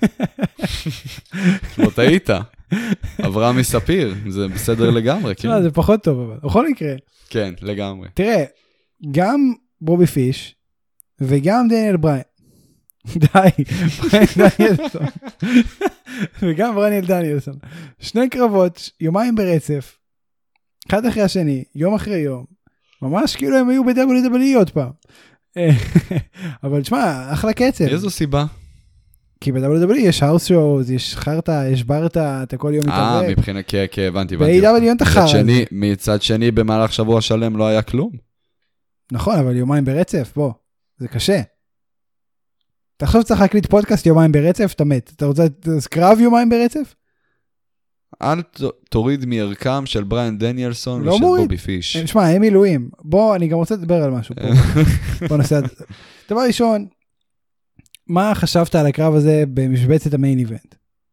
לא טעית. אברהם מספיר, זה בסדר לגמרי. זה פחות טוב, אבל בכל מקרה. כן, לגמרי. תראה, גם בובי פיש, וגם דניאל בריין, די, בריין דניאלסון, וגם בריין דניאלסון, שני קרבות, יומיים ברצף, אחד אחרי השני, יום אחרי יום, ממש כאילו הם היו ב-WWE עוד פעם. אבל תשמע, אחלה קצב. איזו סיבה? כי ב-WWE יש האוס שואוז, יש חרטה, יש ברטה, אתה כל יום מתאבק. מבחינת, כן, הבנתי. ב-AW אין תחר. מצד שני, במהלך שבוע שלם לא היה כלום. נכון, אבל יומיים ברצף, בוא, זה קשה. אתה חושב שצריך להקליט פודקאסט יומיים ברצף, אתה מת. אתה רוצה קרב יומיים ברצף? אל תוריד מערכם של בריין דניאלסון ושל בובי פיש. שמע, הם מילואים. בוא, אני גם רוצה לדבר על משהו פה. בוא נעשה את זה. דבר ראשון, מה חשבת על הקרב הזה במשבצת המיין איבנט?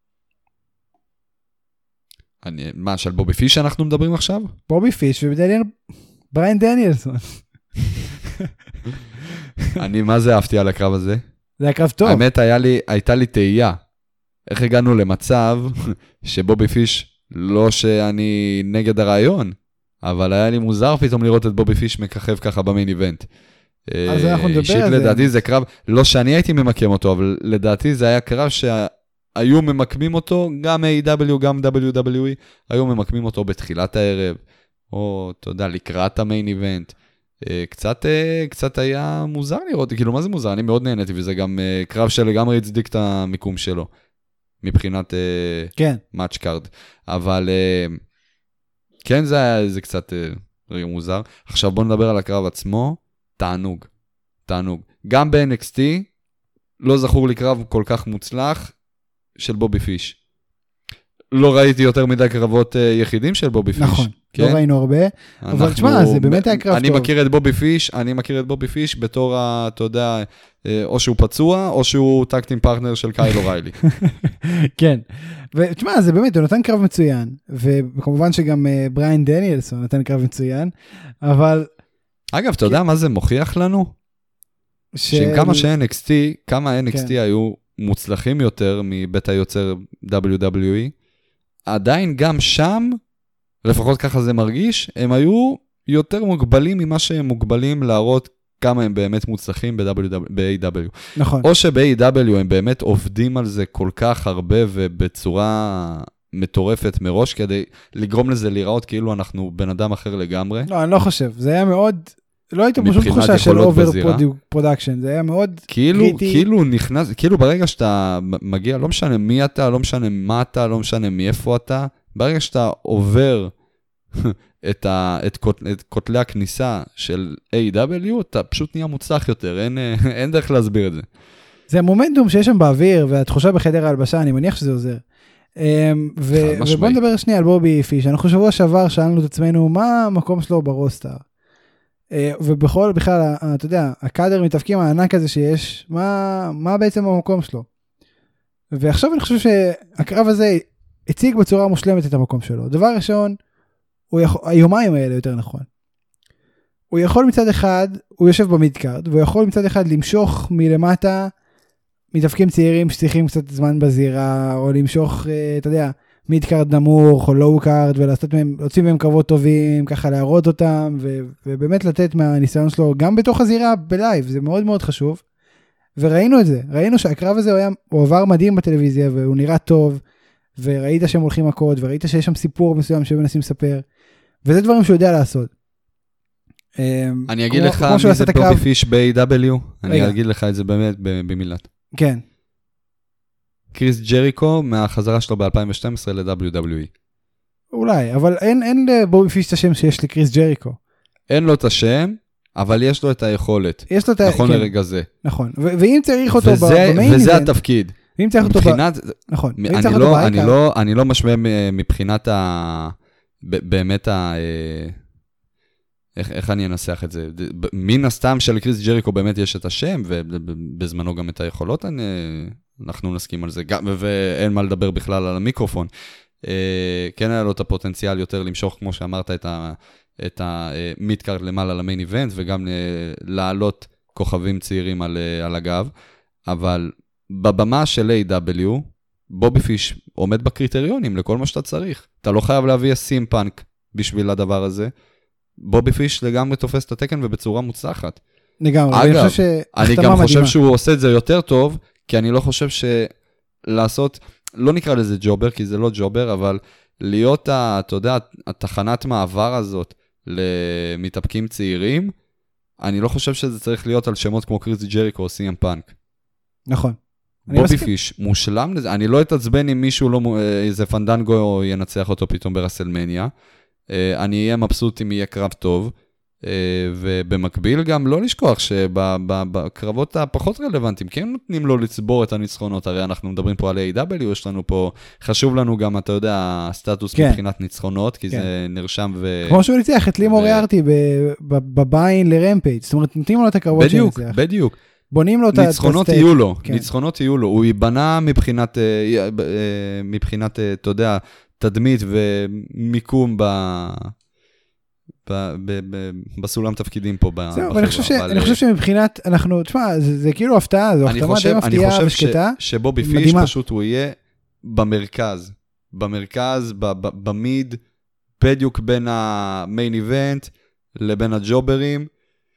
מה, של בובי פיש אנחנו מדברים עכשיו? בובי פיש ובריין דניאלסון. אני מה זה אהבתי על הקרב הזה? זה הקרב טוב. האמת, הייתה לי תהייה. איך הגענו למצב שבובי פיש, לא שאני נגד הרעיון, אבל היה לי מוזר פתאום לראות את בובי פיש מככב ככה במיין איבנט. אז אנחנו נדבר על זה. לדעתי זה קרב, לא שאני הייתי ממקם אותו, אבל לדעתי זה היה קרב שהיו ממקמים אותו, גם A.W, גם WWE, היו ממקמים אותו בתחילת הערב, או אתה יודע, לקראת המיין איבנט. קצת היה מוזר לראות, כאילו מה זה מוזר? אני מאוד נהניתי, וזה גם קרב שלגמרי הצדיק את המיקום שלו. מבחינת מאץ' קארד. אבל כן, זה קצת רגע מוזר. עכשיו בוא נדבר על הקרב עצמו. תענוג. גם ב-NXT לא זכור לי קרב כל כך מוצלח של בובי פיש. לא ראיתי יותר מדי קרבות יחידים של בובי פיש. נכון, לא ראינו הרבה. אבל תשמע, זה באמת היה קרב טוב. אני מכיר את בובי פיש בתור, אתה יודע, או שהוא פצוע, או שהוא טאקטים פרטנר של קייל אוריילי. כן, ותשמע, זה באמת, הוא נתן קרב מצוין, וכמובן שגם בריין דניאלסון נתן קרב מצוין, אבל... אגב, אתה יודע מה זה מוכיח לנו? שעם כמה NXT היו מוצלחים יותר מבית היוצר WWE, עדיין גם שם, לפחות ככה זה מרגיש, הם היו יותר מוגבלים ממה שהם מוגבלים להראות כמה הם באמת מוצלחים ב-AW. נכון. או שב-AW הם באמת עובדים על זה כל כך הרבה ובצורה מטורפת מראש, כדי לגרום לזה להיראות כאילו אנחנו בן אדם אחר לגמרי. לא, אני לא חושב. זה היה מאוד... לא הייתה פשוט תחושה של אובר פרודקשן, זה היה מאוד קריטי. כאילו נכנס, כאילו ברגע שאתה מגיע, לא משנה מי אתה, לא משנה מה אתה, לא משנה מאיפה אתה, ברגע שאתה עובר את כותלי הכניסה של A.W, אתה פשוט נהיה מוצלח יותר, אין דרך להסביר את זה. זה המומנטום שיש שם באוויר, והתחושה בחדר ההלבשה, אני מניח שזה עוזר. ובוא נדבר שנייה על בובי פיש, אנחנו שבוע שעבר שאלנו את עצמנו, מה המקום שלו ברוסטר? ובכל, בכלל, אתה יודע, הקאדר מתאפקים הענק הזה שיש, מה בעצם המקום שלו? ועכשיו אני חושב שהקרב הזה הציג בצורה מושלמת את המקום שלו. דבר ראשון, היומיים האלה יותר נכון. הוא יכול מצד אחד, הוא יושב במידקארד, והוא יכול מצד אחד למשוך מלמטה, מתאבקים צעירים שצריכים קצת זמן בזירה, או למשוך, אתה יודע, מידקארד נמוך, או לואו קארד, ולהוציא מהם קרבות טובים, ככה להראות אותם, ובאמת לתת מהניסיון שלו, גם בתוך הזירה, בלייב, זה מאוד מאוד חשוב. וראינו את זה, ראינו שהקרב הזה הוא עבר מדהים בטלוויזיה, והוא נראה טוב, וראית שהם הולכים מכות, וראית שיש שם סיפור מסוים שהם מנסים לספר, וזה דברים שהוא יודע לעשות. אני אגיד לך מי זה בובי פיש ב-AW, אני אגיד לך את זה באמת במילת. כן. קריס ג'ריקו מהחזרה שלו ב-2012 ל-WWE. אולי, אבל אין לבובי פיש את השם שיש לקריס ג'ריקו. אין לו את השם, אבל יש לו את היכולת. יש לו את נכון לרגע זה. נכון, ואם צריך אותו במיין... וזה התפקיד. ואם צריך אותו... נכון. אני לא משווה מבחינת באמת איך אני אנסח את זה? מן הסתם של קריס ג'ריקו באמת יש את השם, ובזמנו גם את היכולות, אנחנו נסכים על זה, ואין מה לדבר בכלל על המיקרופון. כן היה לו את הפוטנציאל יותר למשוך, כמו שאמרת, את המידקארד למעלה למיין איבנט, וגם לעלות כוכבים צעירים על הגב, אבל בבמה של A.W., בובי פיש עומד בקריטריונים לכל מה שאתה צריך. אתה לא חייב להביא סים פאנק בשביל הדבר הזה. בובי פיש לגמרי תופס את התקן ובצורה מוצלחת. לגמרי. אגב, אני גם חושב שהוא עושה את זה יותר טוב, כי אני לא חושב שלעשות, לא נקרא לזה ג'ובר, כי זה לא ג'ובר, אבל להיות, אתה יודע, התחנת מעבר הזאת למתאבקים צעירים, אני לא חושב שזה צריך להיות על שמות כמו קריס ג'ריקו או סי.אם פאנק. נכון. בובי פיש, מושלם לזה. אני לא אתעצבן אם מישהו, איזה פנדנגו ינצח אותו פתאום ברסלמניה. אני אהיה מבסוט אם יהיה קרב טוב, ובמקביל גם לא לשכוח שבקרבות הפחות רלוונטיים, כן נותנים לו לצבור את הניצחונות, הרי אנחנו מדברים פה על A.W, יש לנו פה, חשוב לנו גם, אתה יודע, הסטטוס מבחינת ניצחונות, כי זה נרשם כמו שהוא ניצח את לימו ריארטי בביין לרמפייג', זאת אומרת, נותנים לו את הקרבות שניצח. בדיוק. בונים לו את ניצחונות יהיו לו, ניצחונות יהיו לו, הוא ייבנה מבחינת, אתה יודע, תדמית ומיקום בסולם תפקידים פה. זהו, אני חושב שמבחינת, תשמע, זה כאילו הפתעה, זו החתמה די מפתיעה ושקטה. שבובי פיש פשוט הוא יהיה במרכז, במיד, בדיוק בין המיין איבנט לבין הג'וברים.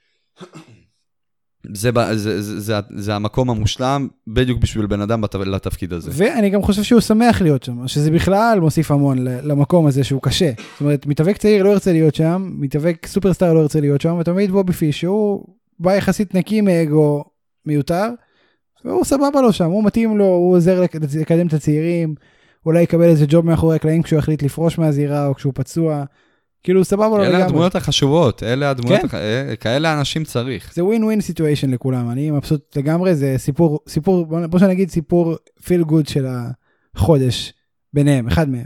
זה המקום המושלם, בדיוק בשביל בן אדם לתפקיד הזה. ואני גם חושב שהוא שמח להיות שם, שזה בכלל מוסיף המון למקום הזה שהוא קשה. זאת אומרת, מתאבק צעיר לא ירצה להיות שם, מתאבק סופרסטאר לא ירצה להיות שם, ותמיד בובי פיש, שהוא בא יחסית נקי מאגו מיותר, והוא סבבה לו שם, הוא מתאים לו, הוא עוזר לקדם את הצעירים, אולי יקבל איזה ג'וב מאחורי הקלעים כשהוא החליט לפרוש מהזירה, או כשהוא פצוע, כאילו סבבה לו לגמרי. אלה הדמויות החשובות, כאלה אנשים צריך. זה ווין ווין סיטואשן לכולם, אני מבסוט לגמרי, זה סיפור, בוא שנגיד סיפור פיל גוד של החודש ביניהם, אחד מהם.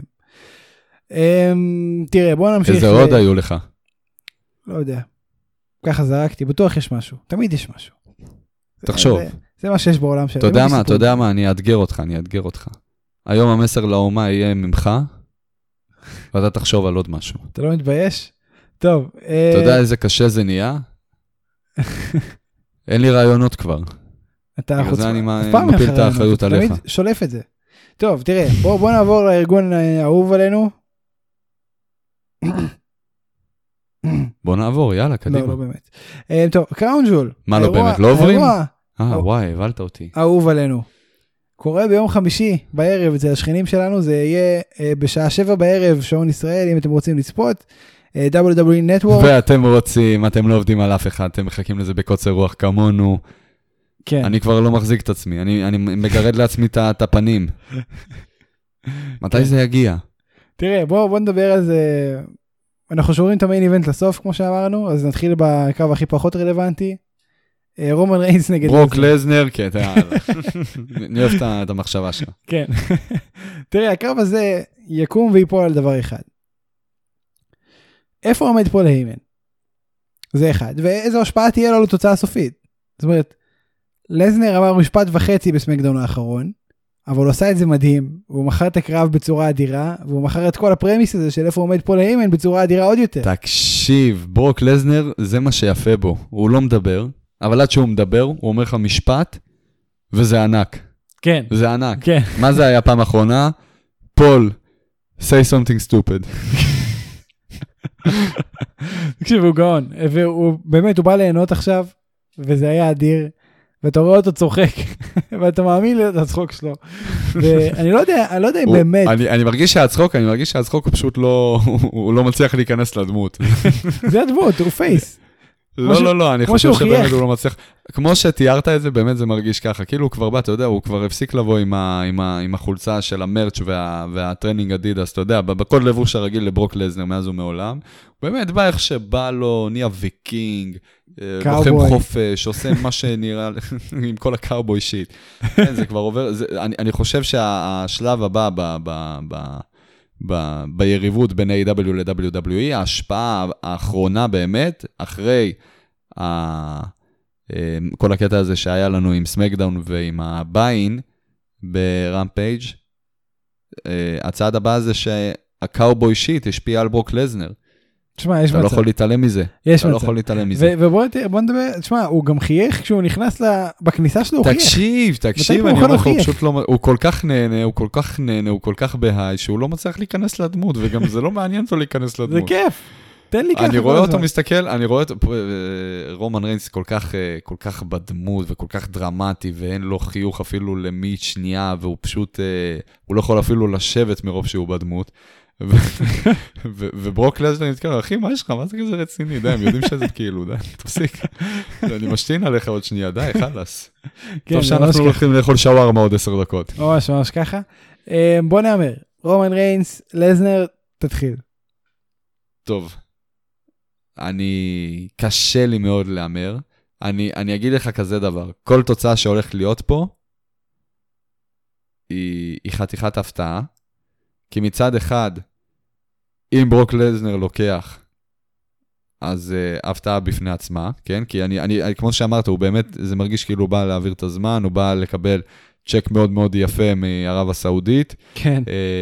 תראה, בוא נמשיך. איזה עוד היו לך? לא יודע, ככה זרקתי, בטוח יש משהו, תמיד יש משהו. תחשוב. זה מה שיש בעולם שלנו. אתה יודע מה, אני אאתגר אותך. היום המסר לאומה יהיה ממך, ואתה תחשוב על עוד משהו. אתה לא מתבייש? טוב. אתה יודע איזה קשה זה נהיה? אין לי רעיונות כבר. אתה חוץ... אני מפיל את האחריות עליך. תמיד שולף את זה. טוב, תראה, בוא נעבור לארגון האהוב עלינו. בוא נעבור, יאללה, קדימה. לא באמת. טוב, קראון ג'ול. מה לא באמת, לא עוברים? וואי, הבלת אותי. אהוב עלינו. קורה ביום חמישי בערב אצל השכנים שלנו, זה יהיה בשעה 7 בערב, שעון ישראל, אם אתם רוצים לצפות, WWE Network. ואתם רוצים, אתם לא עובדים על אף אחד, אתם מחכים לזה בקוצר רוח כמונו. כן. אני כבר לא מחזיק את עצמי, אני מגרד לעצמי את הפנים. מתי זה יגיע? תראה, בוא נדבר על זה, אנחנו שוברים את המיין איבנט לסוף, כמו שאמרנו, אז נתחיל בקרב הכי פחות רלוונטי. רומן ריינס נגד ברוק לזנר, כן, אני אוהב את המחשבה שלה. כן. תראה, הקרב הזה יקום ויפול על דבר אחד. איפה עומד פול היימן? זה אחד. ואיזו השפעה תהיה לו לתוצאה סופית. זאת אומרת, לזנר אמר משפט וחצי בסמקדאון האחרון, אבל הוא עשה את זה מדהים, והוא מכר את הקרב בצורה אדירה, והוא מכר את כל הפרמיס הזה של איפה הוא עומד פה להימן בצורה אדירה עוד יותר. תקשיב, ברוק לזנר זה מה שיפה בו, הוא לא מדבר, אבל עד שהוא מדבר, הוא אומר לך משפט, וזה ענק. כן. זה ענק. כן. מה זה היה פעם אחרונה? פול, say something stupid. תקשיב, הוא גאון, והוא באמת, הוא בא ליהנות עכשיו, וזה היה אדיר, ואתה רואה אותו צוחק, ואתה מאמין לצחוק שלו, ואני לא יודע אם באמת... אני מרגיש שהצחוק הוא פשוט לא, הוא לא מצליח להיכנס לדמות. זה הדמות, הוא פייס. לא, אני חושב שבאמת הוא לא מצליח, כמו שתיארת את זה, באמת זה מרגיש ככה, כאילו הוא כבר בא, אתה יודע, הוא כבר הפסיק לבוא עם החולצה של המרץ' והטרנינג אדידס, אתה יודע, בכל לבוש הרגיל לברוק לזנר מאז ומעולם, הוא באמת בא איך שבא לו, נהיה ויקינג, לוחם חופש, עושה מה שנראה, עם כל הקאובוי שיט. זה כבר עובר, אני חושב שהשלב הבא ביריבות בין A.W. ל-WWE, ההשפעה האחרונה באמת, אחרי כל הקטע הזה שהיה לנו עם סמקדאון ועם הביין ברמפייג', הצעד הבא זה שהקאובוי שיט השפיע על ברוק לזנר. תשמע, יש מצב. אתה לא יכול להתעלם מזה. יש לא יכול להתעלם מזה. ובוא נדבר, תשמע, הוא גם חייך כשהוא נכנס בכניסה שלו, הוא חייך. תקשיב, אני אומר לך, הוא פשוט לא, הוא כל כך נהנה, הוא כל כך בהיי, שהוא לא מצליח להיכנס לדמות, וגם זה לא מעניין אותו להיכנס לדמות. זה כיף. תן לי ככה. אני רואה אותו מסתכל, אני רואה את רומן ריינס כל כך בדמות, וכל כך דרמטי, ואין לו חיוך אפילו למית שנייה, והוא פשוט, הוא לא יכול אפילו לשבת מרוב שהוא בדמות. וברוק לזנר נתקרא, אחי, מה יש לך? מה זה כזה רציני? די, הם יודעים שזה כאילו, די, תפסיק. אני משתין עליך עוד שנייה, די, חלס. טוב שאנחנו הולכים לאכול שווארמה עוד 10 דקות. ממש ככה. בוא נאמר, רומן ריינס, לזנר, תתחיל. טוב, קשה לי מאוד לאמר. אני אגיד לך כזה דבר, כל תוצאה שהולכת להיות פה, היא חתיכת הפתעה, כי מצד אחד, אם ברוק לזנר לוקח, אז הפתעה בפני עצמה, כן? כי אני כמו שאמרת, הוא באמת, זה מרגיש כאילו הוא בא להעביר את הזמן, הוא בא לקבל צ'ק מאוד מאוד יפה מערב הסעודית. כן.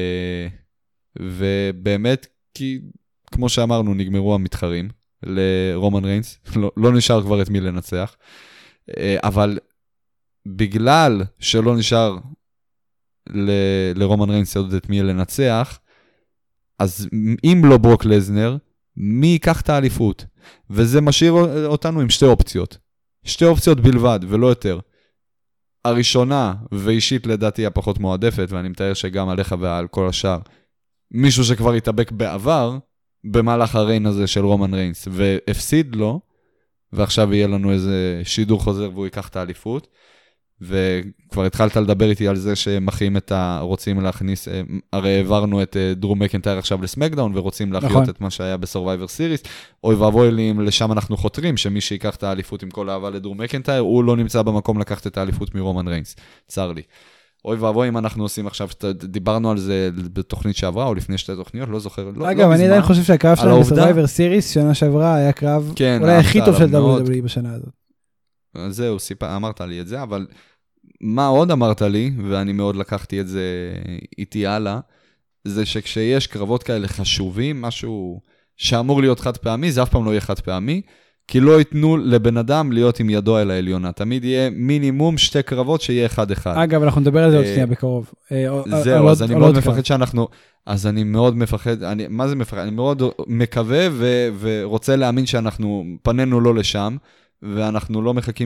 ובאמת, כי כמו שאמרנו, נגמרו המתחרים לרומן ריינס, לא נשאר כבר את מי לנצח, אבל בגלל שלא נשאר לרומן ריינס עוד את מי לנצח, אז אם לא ברוק לזנר, מי ייקח את האליפות? וזה משאיר אותנו עם שתי אופציות בלבד, ולא יותר. הראשונה, ואישית לדעתי הפחות מועדפת, ואני מתאר שגם עליך ועל כל השאר, מישהו שכבר התאבק בעבר, במהלך הריין הזה של רומן ריינס, והפסיד לו, ועכשיו יהיה לנו איזה שידור חוזר, והוא ייקח את האליפות, וכבר התחלת לדבר איתי על זה שמחיים רוצים להכניס, הרי העברנו את דרו מקנטייר עכשיו לסמקדאון, ורוצים להחיות את מה שהיה בסורווייבר סיריס, אוי ואבוי לי אם לשם אנחנו חותרים, שמי שיקח את האליפות עם כל אהבה לדרו מקנטייר, הוא לא נמצא במקום לקחת את האליפות מרומן ריינס, צר לי. אוי ואבוי אם אנחנו עושים עכשיו, דיברנו על זה בתוכנית שעברה, או לפני 2 תוכניות, לא זוכר. אגב, אני עדיין חושב שהקרב שלנו בסורווייבר סיריס, שנה שעברה, היה קרב אולי הכי טוב של WWE בשנה הזאת. זהו, אמרת לי את זה, אבל מה עוד אמרת לי, ואני מאוד לקחתי את זה איתי הלאה, זה שכשיש קרבות כאלה חשובים, משהו שאמור להיות חד פעמי, זה אף פעם לא יהיה חד פעמי, כי לא ייתנו לבן אדם להיות עם ידו אל העליונה. תמיד יהיה מינימום 2 קרבות שיהיה 1-1. אגב, אנחנו נדבר על זה עוד שנייה בקרוב. זהו, אז אני מאוד מפחד שאנחנו, אז אני מאוד מפחד, מה זה מפחד? אני מאוד מקווה ורוצה להאמין שאנחנו פנינו לא לשם, ואנחנו לא מחכים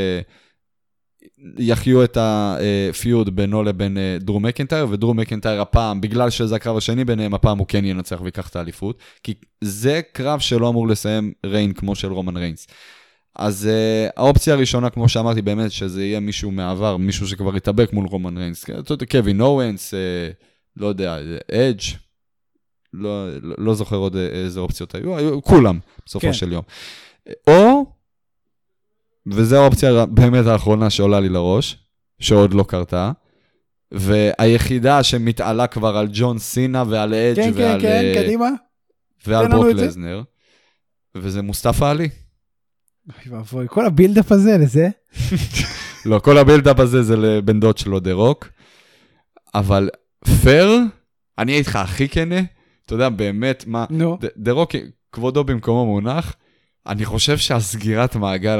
יחיו את הפיוד בינו לבין דרו מקנטייר, ודרו מקנטייר הפעם, בגלל שזה הקרב השני ביניהם, הפעם הוא כן ינצח ויקח את האליפות, כי זה קרב שלא אמור לסיים ריין כמו של רומן ריינס. אז האופציה הראשונה, כמו שאמרתי, באמת שזה יהיה מישהו מעבר, מישהו שכבר יתאבק מול רומן ריינס, קווין אוונס, לא יודע, אדג', לא זוכר עוד איזה אופציות היו כולם בסופו של יום. או וזו האופציה באמת האחרונה שעולה לי לראש, שעוד לא קרתה, והיחידה שמתעלה כבר על ג'ון סינה ועל אדג' ועל ברוק לזנר, וזה מוסטפא עלי. כל הבילדאפ הזה לזה? לא, כל הבילדאפ הזה זה לבן דוד שלו דה רוק, אבל פייר, אני איתך הכי כנה, אתה יודע, באמת, מה, דרוק, כבודו במקומו מונח, אני חושב שהסגירת מעגל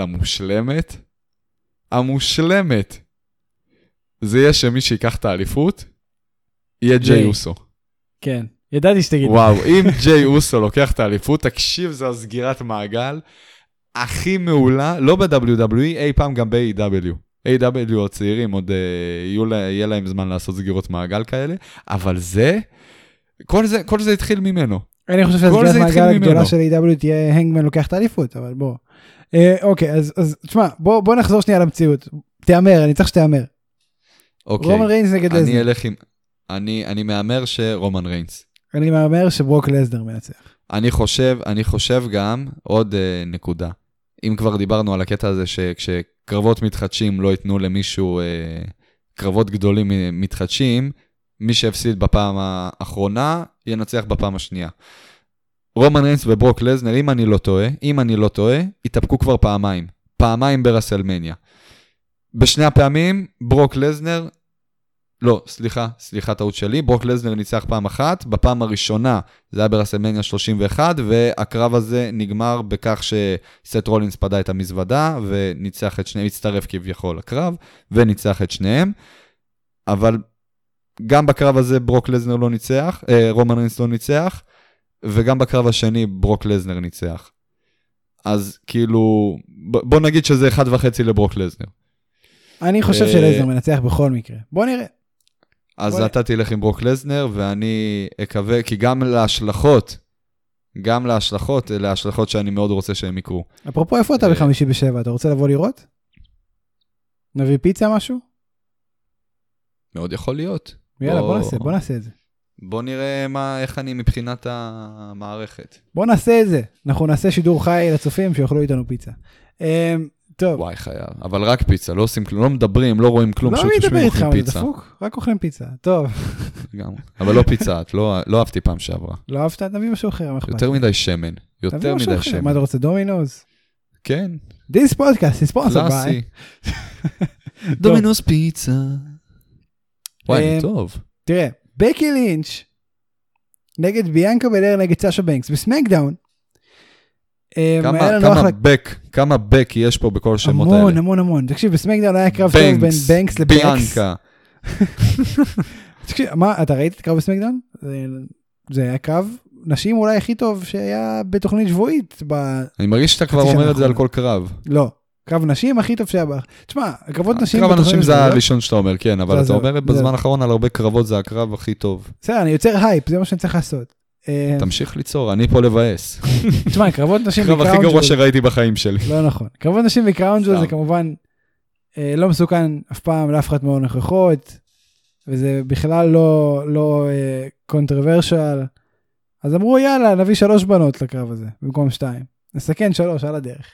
המושלמת, זה יהיה שמי שיקח את האליפות, יהיה ג'יי אוסו. כן, ידעתי שתגיד. וואו, אם ג'יי אוסו לוקח את האליפות, תקשיב, זו הסגירת מעגל הכי מעולה, לא ב-WWE, אי פעם גם ב-AEW. AEW הצעירים עוד יהיה להם זמן לעשות סגירות מעגל כאלה, אבל זה, כל זה התחיל ממנו. אני חושב שהסגירת מעגל הגדולה של AEW תהיה הנגמן לוקח את האליפות, אבל בוא. אוקיי, אז תשמע, בוא נחזור שנייה למציאות. תאמר, אני צריך שתאמר. אוקיי. רומן ריינס נגד לזנר. אני מאמר שרומן ריינס. אני מאמר שברוק לזנר מנצח. אני חושב גם עוד נקודה. אם כבר דיברנו על הקטע הזה שכשקרבות מתחדשים לא ייתנו למישהו קרבות גדולים מתחדשים, מי שהפסיד בפעם האחרונה ינצח בפעם השנייה. רומן ריינס וברוק לזנר, אם אני לא טועה, התאפקו כבר פעמיים ברסלמניה. בשני הפעמים ברוק לזנר, לא, סליחה טעות שלי, ברוק לזנר ניצח פעם אחת, בפעם הראשונה זה היה ברסלמניה 31, והקרב הזה נגמר בכך שסט רולינס פדה את המזוודה, וניצח את שניהם, הצטרף כביכול לקרב, וניצח את שניהם, אבל גם בקרב הזה ברוק לזנר לא ניצח, רומן ריינס לא ניצח, וגם בקרב השני ברוק לזנר ניצח. אז כאילו, בוא נגיד שזה 1.5 לברוק לזנר. אני חושב שלזנר מנצח בכל מקרה. בוא נראה. אז אתה תלך עם ברוק לזנר, ואני אקווה, כי גם להשלכות, אלה השלכות שאני מאוד רוצה שהם יקרו. אפרופו, איפה אתה ב-57? אתה רוצה לבוא לראות? נביא פיצה משהו? מאוד יכול להיות. יאללה, בוא נעשה את זה. בוא נראה איך אני מבחינת המערכת. בוא נעשה את זה. אנחנו נעשה שידור חי לצופים שיאכלו איתנו פיצה. טוב. וואי חייב, אבל רק פיצה, לא עושים כלום, לא מדברים, לא רואים כלום, פשוט יושבים אוכלים פיצה. זה דפוק, רק אוכלים פיצה, טוב. אבל לא פיצה, לא אהבתי פעם שעברה. לא אהבת? נביא משהו אחר. יותר מדי שמן, מה אתה רוצה, דומינוס? כן. This podcast is sponsored by. דומינוס פיצה. וואי, טוב. תראה, בקי לינץ' נגד ביאנקה בלר נגד סאשה בנקס בסמקדאון. כמה בק יש פה בכל השמות האלה? המון. תקשיב, בסמקדאון היה קרב טוב בין בנקס לבקס. ביאנקה. תקשיב, אתה ראית את הקרב בסמקדאון? זה היה קרב נשים אולי הכי טוב שהיה בתוכנית שבועית. אני מרגיש שאתה כבר אומר את זה על כל קרב. לא. קרב נשים הכי טוב שהיה בה. תשמע, קרבות נשים... קרב הנשים זה הראשון שאתה אומר, כן, אבל אתה אומר בזמן האחרון על הרבה קרבות זה הקרב הכי טוב. בסדר, אני יוצר הייפ, זה מה שאני צריך לעשות. תמשיך ליצור, אני פה לבאס. תשמע, קרבות נשים קרב הכי גרוע שראיתי בחיים שלי. לא נכון. קרבות נשים בקראון ג'ול זה כמובן לא מסוכן אף פעם לאף אחד מהנוכחות, וזה בכלל לא קונטרוורשל. אז אמרו, יאללה, נביא 3 בנות לקרב הזה, במקום 2. נסכן 3 על הדרך.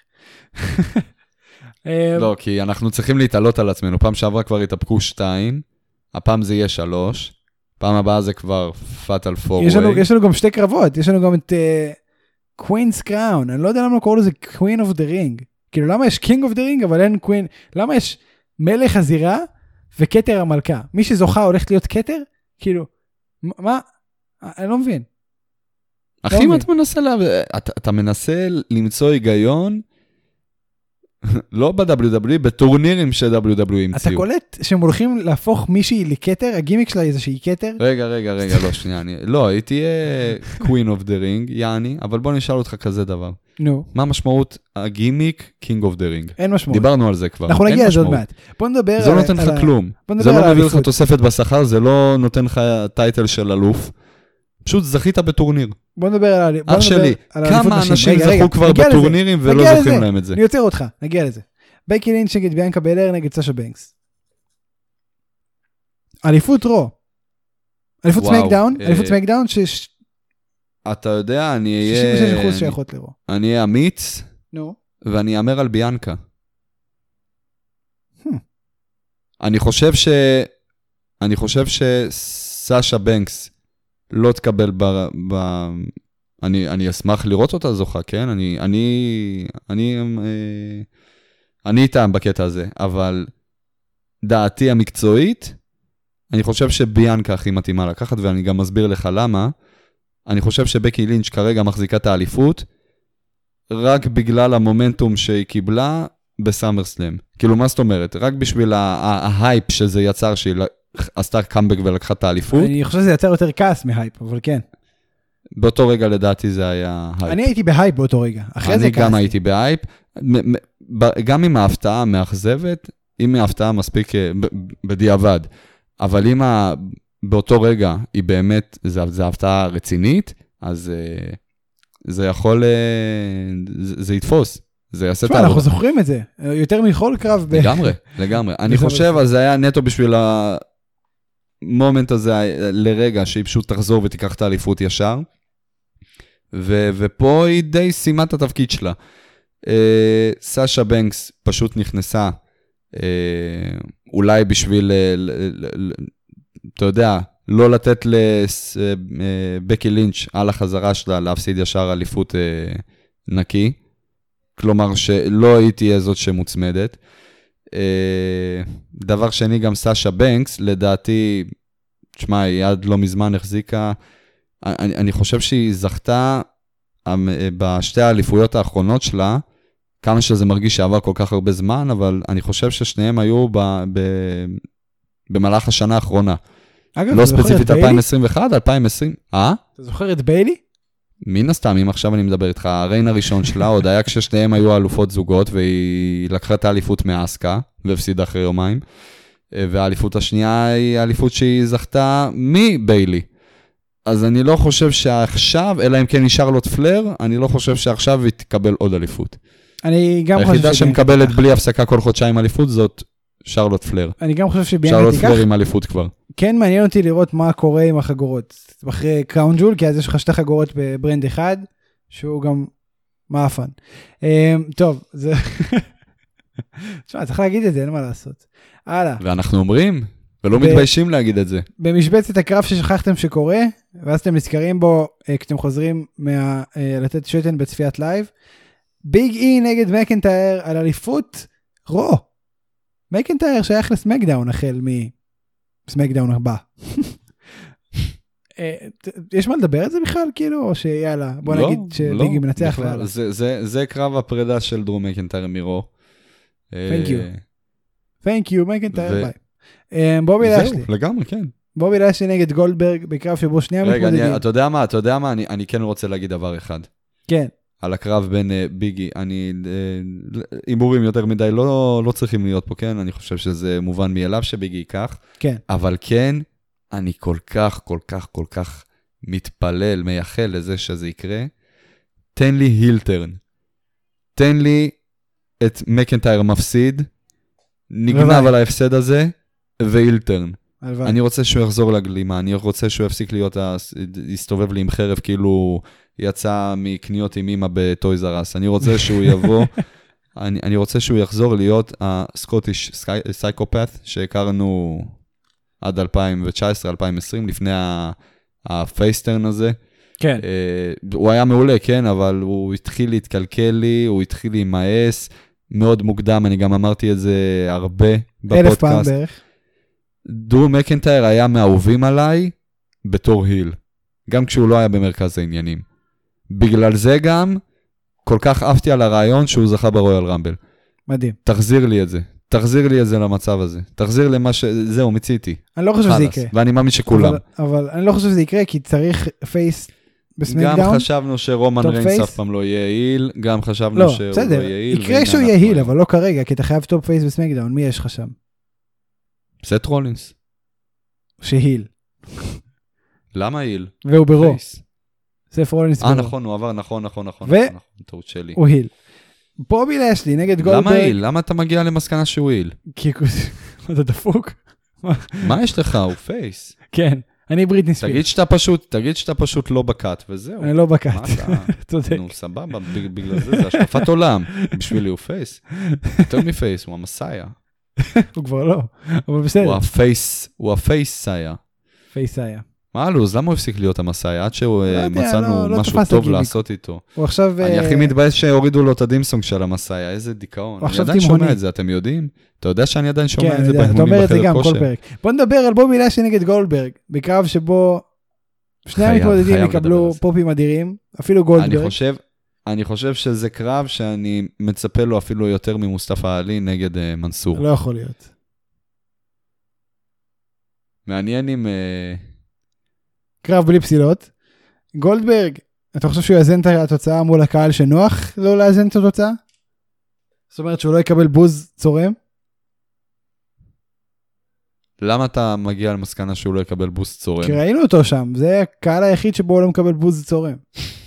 לא, כי אנחנו צריכים להתעלות על עצמנו. פעם שעברה כבר התאפקו 2, הפעם זה יהיה 3, פעם הבאה זה כבר Fatal 4-Way. יש לנו גם 2 קרבות, יש לנו גם את Queen's Crown, אני לא יודע למה קוראים לזה Queen of the Ring. כאילו, למה יש King of the Ring, אבל אין Queen, למה יש מלך הזירה וכתר המלכה? מי שזוכה הולכת להיות כתר? כאילו, מה? אני לא מבין. אחי, מה אתה מנסה למצוא היגיון, לא ב-WWE, בטורנירים ש-WWE המציאו. אתה קולט שהם הולכים להפוך מישהי לכתר? הגימיק שלה איזה שהיא כתר? רגע, לא, שנייה. לא, היא תהיה Queen of the Ring, יעני, אבל בוא נשאל אותך כזה דבר. נו. מה משמעות הגימיק King of the Ring? אין משמעות. דיברנו על זה כבר. אנחנו נגיע לזה עוד מעט. בוא נדבר זה לא נותן לך כלום. זה לא מביא לך תוספת בשכר, זה לא נותן לך טייטל של אלוף. פשוט זכית בטורניר. בוא נדבר על... אח שלי, כמה אנשים זכו כבר בטורנירים ולא זוכים להם את זה? אני יוצר אותך, נגיע לזה. בקי לינץ' נגד ביאנקה בלר נגד סאשה בנקס. אליפות רו. אליפות סמקדאון, אתה יודע, אני אהיה... 66% שייכות לרו. אני אהיה אמיץ, ואני אאמר על ביאנקה. אני חושב שסאשה בנקס לא תקבל אני אשמח לראות אותה זוכה, כן? אני איתם בקטע הזה, אבל דעתי המקצועית, אני חושב שביאנקה הכי מתאימה לקחת, ואני גם מסביר לך למה. אני חושב שבקי לינץ' כרגע מחזיקה את האליפות, רק בגלל המומנטום שהיא קיבלה בסאמרסלאם. כאילו, מה זאת אומרת? רק בשביל ההייפ שזה יצר, שהיא עשתה קאמבק ולקחה את האליפות. אני חושב שזה יצר יותר כעס מהייפ, אבל כן. באותו רגע לדעתי זה היה הייפ. אני הייתי בהייפ באותו רגע, אחרי זה כעסתי. אני גם הייתי בהייפ, גם עם ההפתעה מאכזבת, אם ההפתעה מספיק בדיעבד, אבל אם באותו רגע היא באמת, זה הפתעה רצינית, אז זה יכול, זה יתפוס, זה יעשה את העבודה. אנחנו זוכרים את זה, יותר מכל קרב. לגמרי. אני חושב, אז זה היה נטו בשביל המומנט הזה לרגע, שהיא פשוט תחזור ותיקח את האליפות ישר, ופה היא די סיימה את התפקיד שלה. סאשה בנקס פשוט נכנסה, אולי בשביל, אתה יודע, לא לתת לבקי לינץ' על החזרה שלה להפסיד ישר אליפות נקי, כלומר שלא היא תהיה זאת שמוצמדת. דבר שני, גם סאשה בנקס, לדעתי, תשמע, היא עד לא מזמן החזיקה, אני חושב שהיא זכתה בשתי האליפויות האחרונות שלה, כמה שזה מרגיש שעבר כל כך הרבה זמן, אבל אני חושב ששניהם היו במהלך השנה האחרונה. אגב, לא ספציפית 2021, 2020. אתה זוכר את ביילי? מן הסתם, אם עכשיו אני מדבר איתך, הריין הראשון שלה עוד היה כששניהם היו אלופות זוגות, והיא לקחה את האליפות מאסקה, והפסידה אחרי יומיים, והאליפות השנייה היא האליפות שהיא זכתה מביילי. אז אני לא חושב שעכשיו, אלא אם כן נשאר לוט פלר, אני לא חושב שעכשיו היא תקבל עוד אליפות. אני גם חושב היחידה שמקבלת בלי הפסקה כל חודשיים אליפות, זאת שרלוט פלר. אני גם חושב שביאנקה שרלוט פלר עם אליפות כבר. כן, מעניין אותי לראות מה קורה עם החגורות. אחרי קראון ג'ול, כי אז יש לך שתי חגורות בברנד אחד, שהוא גם מאפן. טוב, זה... תשמע, צריך להגיד את זה, אין מה לעשות. הלאה. ואנחנו אומרים, ולא מתביישים להגיד את זה. במשבצת הקרב ששכחתם שקורה, ואז אתם נזכרים בו, כשאתם חוזרים לתת שטן בצפיית לייב, ביג אי נגד מקנטייר על אליפות רו. מקנטייר שייך לסמקדאון החל מסמקדאון הבא. יש מה לדבר את זה בכלל כאילו, או שיאללה, בוא נגיד שביגי מנצח ויאללה. זה קרב הפרידה של דרו מקנטייר מירו. Thank you, מקנטייר, ביי. בובי לשלי. זהו, לגמרי, כן. בובי לשלי נגד גולדברג בקרב שבו שנייה מתמודדים. רגע, אתה יודע מה, אני כן רוצה להגיד דבר אחד. כן. על הקרב בין ביגי, הימורים יותר מדי לא צריכים להיות פה, כן? אני חושב שזה מובן מאליו שביגי ייקח. כן. אבל כן, אני כל כך מתפלל, מייחל לזה שזה יקרה. תן לי הילטרן. תן לי את מקנטייר מפסיד, נגנב על ההפסד הזה, והילטרן. אני רוצה שהוא יחזור לגלימה, אני רוצה שהוא יפסיק להיות, יסתובב לי עם חרב, כאילו יצא מקניות עם אמא בטויז אר אס. אני רוצה שהוא יבוא, אני רוצה שהוא יחזור להיות הסקוטיש סייקופת, שהכרנו עד 2019-2020, לפני הפייסטרן הזה. כן. הוא היה מעולה, כן, אבל הוא התחיל להתקלקל לי, הוא התחיל להימאס, מאוד מוקדם, אני גם אמרתי את זה הרבה בפודקאסט. 1000 פעם בערך. דרו מקנטייר היה מהאהובים עליי בתור היל, גם כשהוא לא היה במרכז העניינים. בגלל זה גם כל כך אהבתי על הרעיון שהוא זכה ברויאל רמבל. מדהים. תחזיר לי את זה למצב הזה. תחזיר למה זהו, מציתי. אני לא חושב שזה יקרה. ואני מאמין שכולם. אבל אני לא חושב שזה יקרה, כי צריך פייס בסמקדאון. גם חשבנו שרומן ריינס אף פעם לא יהיה היל, גם חשבנו שהוא לא יהיה היל. יקרה שהוא יהיה היל, אבל לא כרגע, כי אתה חייב טופ פייס בסמקדאון. מי יש לך שם? סט רולינס. שהיל. למה היל? והוא ברו. סט רולינס ברו. נכון, הוא עבר, נכון. טעות שלי. הוא היל. בובי לשלי נגד גולדברג. למה היל? למה אתה מגיע למסקנה שהוא היל? כי אתה דפוק. מה יש לך? הוא פייס. כן, אני בריטני ספירס. תגיד שאתה פשוט לא בקאט, וזהו. אני לא בקאט. צודק. נו, סבבה, בגלל זה השקפת עולם. בשבילי הוא פייס. יותר מפייס, הוא המסאיה. הוא כבר לא, אבל בסדר. הוא הפייס סאיה. פייס סאיה. מה הלו"ז? למה הוא הפסיק להיות המסאי? עד שהוא מצאנו משהו טוב לעשות איתו. אני הכי מתבאס שהורידו לו את הדימסונג של המסאי, איזה דיכאון. אני עדיין שומע את זה, אתם יודעים? אתה יודע שאני עדיין שומע את זה באימונים בחדר כושר. בוא נדבר על בובי לאשלי נגד גולדברג, בקרב שבו שני המתמודדים יקבלו פופים אדירים, אפילו גולדברג. אני חושב שזה קרב שאני מצפה לו אפילו יותר ממוסטפא עלי נגד מנסור. לא יכול להיות. מעניין אם... קרב בלי פסילות. גולדברג, אתה חושב שהוא יאזן את התוצאה מול הקהל שנוח לא לאזן את התוצאה? זאת אומרת שהוא לא יקבל בוז צורם? למה אתה מגיע למסקנה שהוא לא יקבל בוז צורם? כי ראינו אותו שם, זה הקהל היחיד שבו הוא לא מקבל בוז צורם.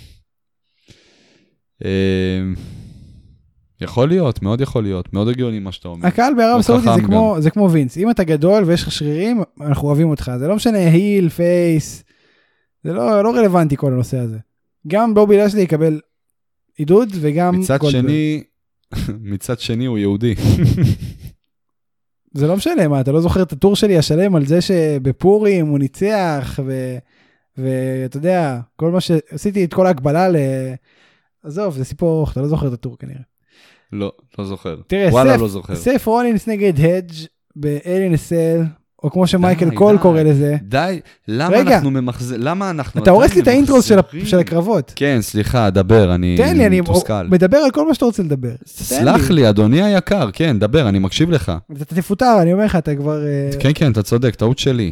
יכול להיות, מאוד יכול להיות, מאוד הגיוני מה שאתה אומר. הקהל בערב סעודית זה כמו וינס, אם אתה גדול ויש לך שרירים, אנחנו אוהבים אותך, זה לא משנה היל, פייס, זה לא רלוונטי כל הנושא הזה. גם בובי לאשלי יקבל עידוד וגם גולדברג. מצד שני הוא יהודי. זה לא משנה, מה, אתה לא זוכר את הטור שלי השלם על זה שבפורים הוא ניצח, ואתה יודע, כל מה שעשיתי את כל ההקבלה עזוב, זה סיפור, אתה לא זוכר את הטור כנראה. לא זוכר. תראה, וואלה, לא זוכר. סף רולינס נגד הדג' באלי נסל, או כמו שמייקל קול קורא לזה. די, למה אנחנו... אתה הורס לי את האינטרוס של הקרבות. כן, סליחה, דבר, אני מתוסכל. תן לי, אני מדבר על כל מה שאתה רוצה לדבר. סלח לי, אדוני היקר, כן, דבר, אני מקשיב לך. אתה תפוטר, אני אומר לך, אתה כבר... כן, אתה צודק, טעות שלי.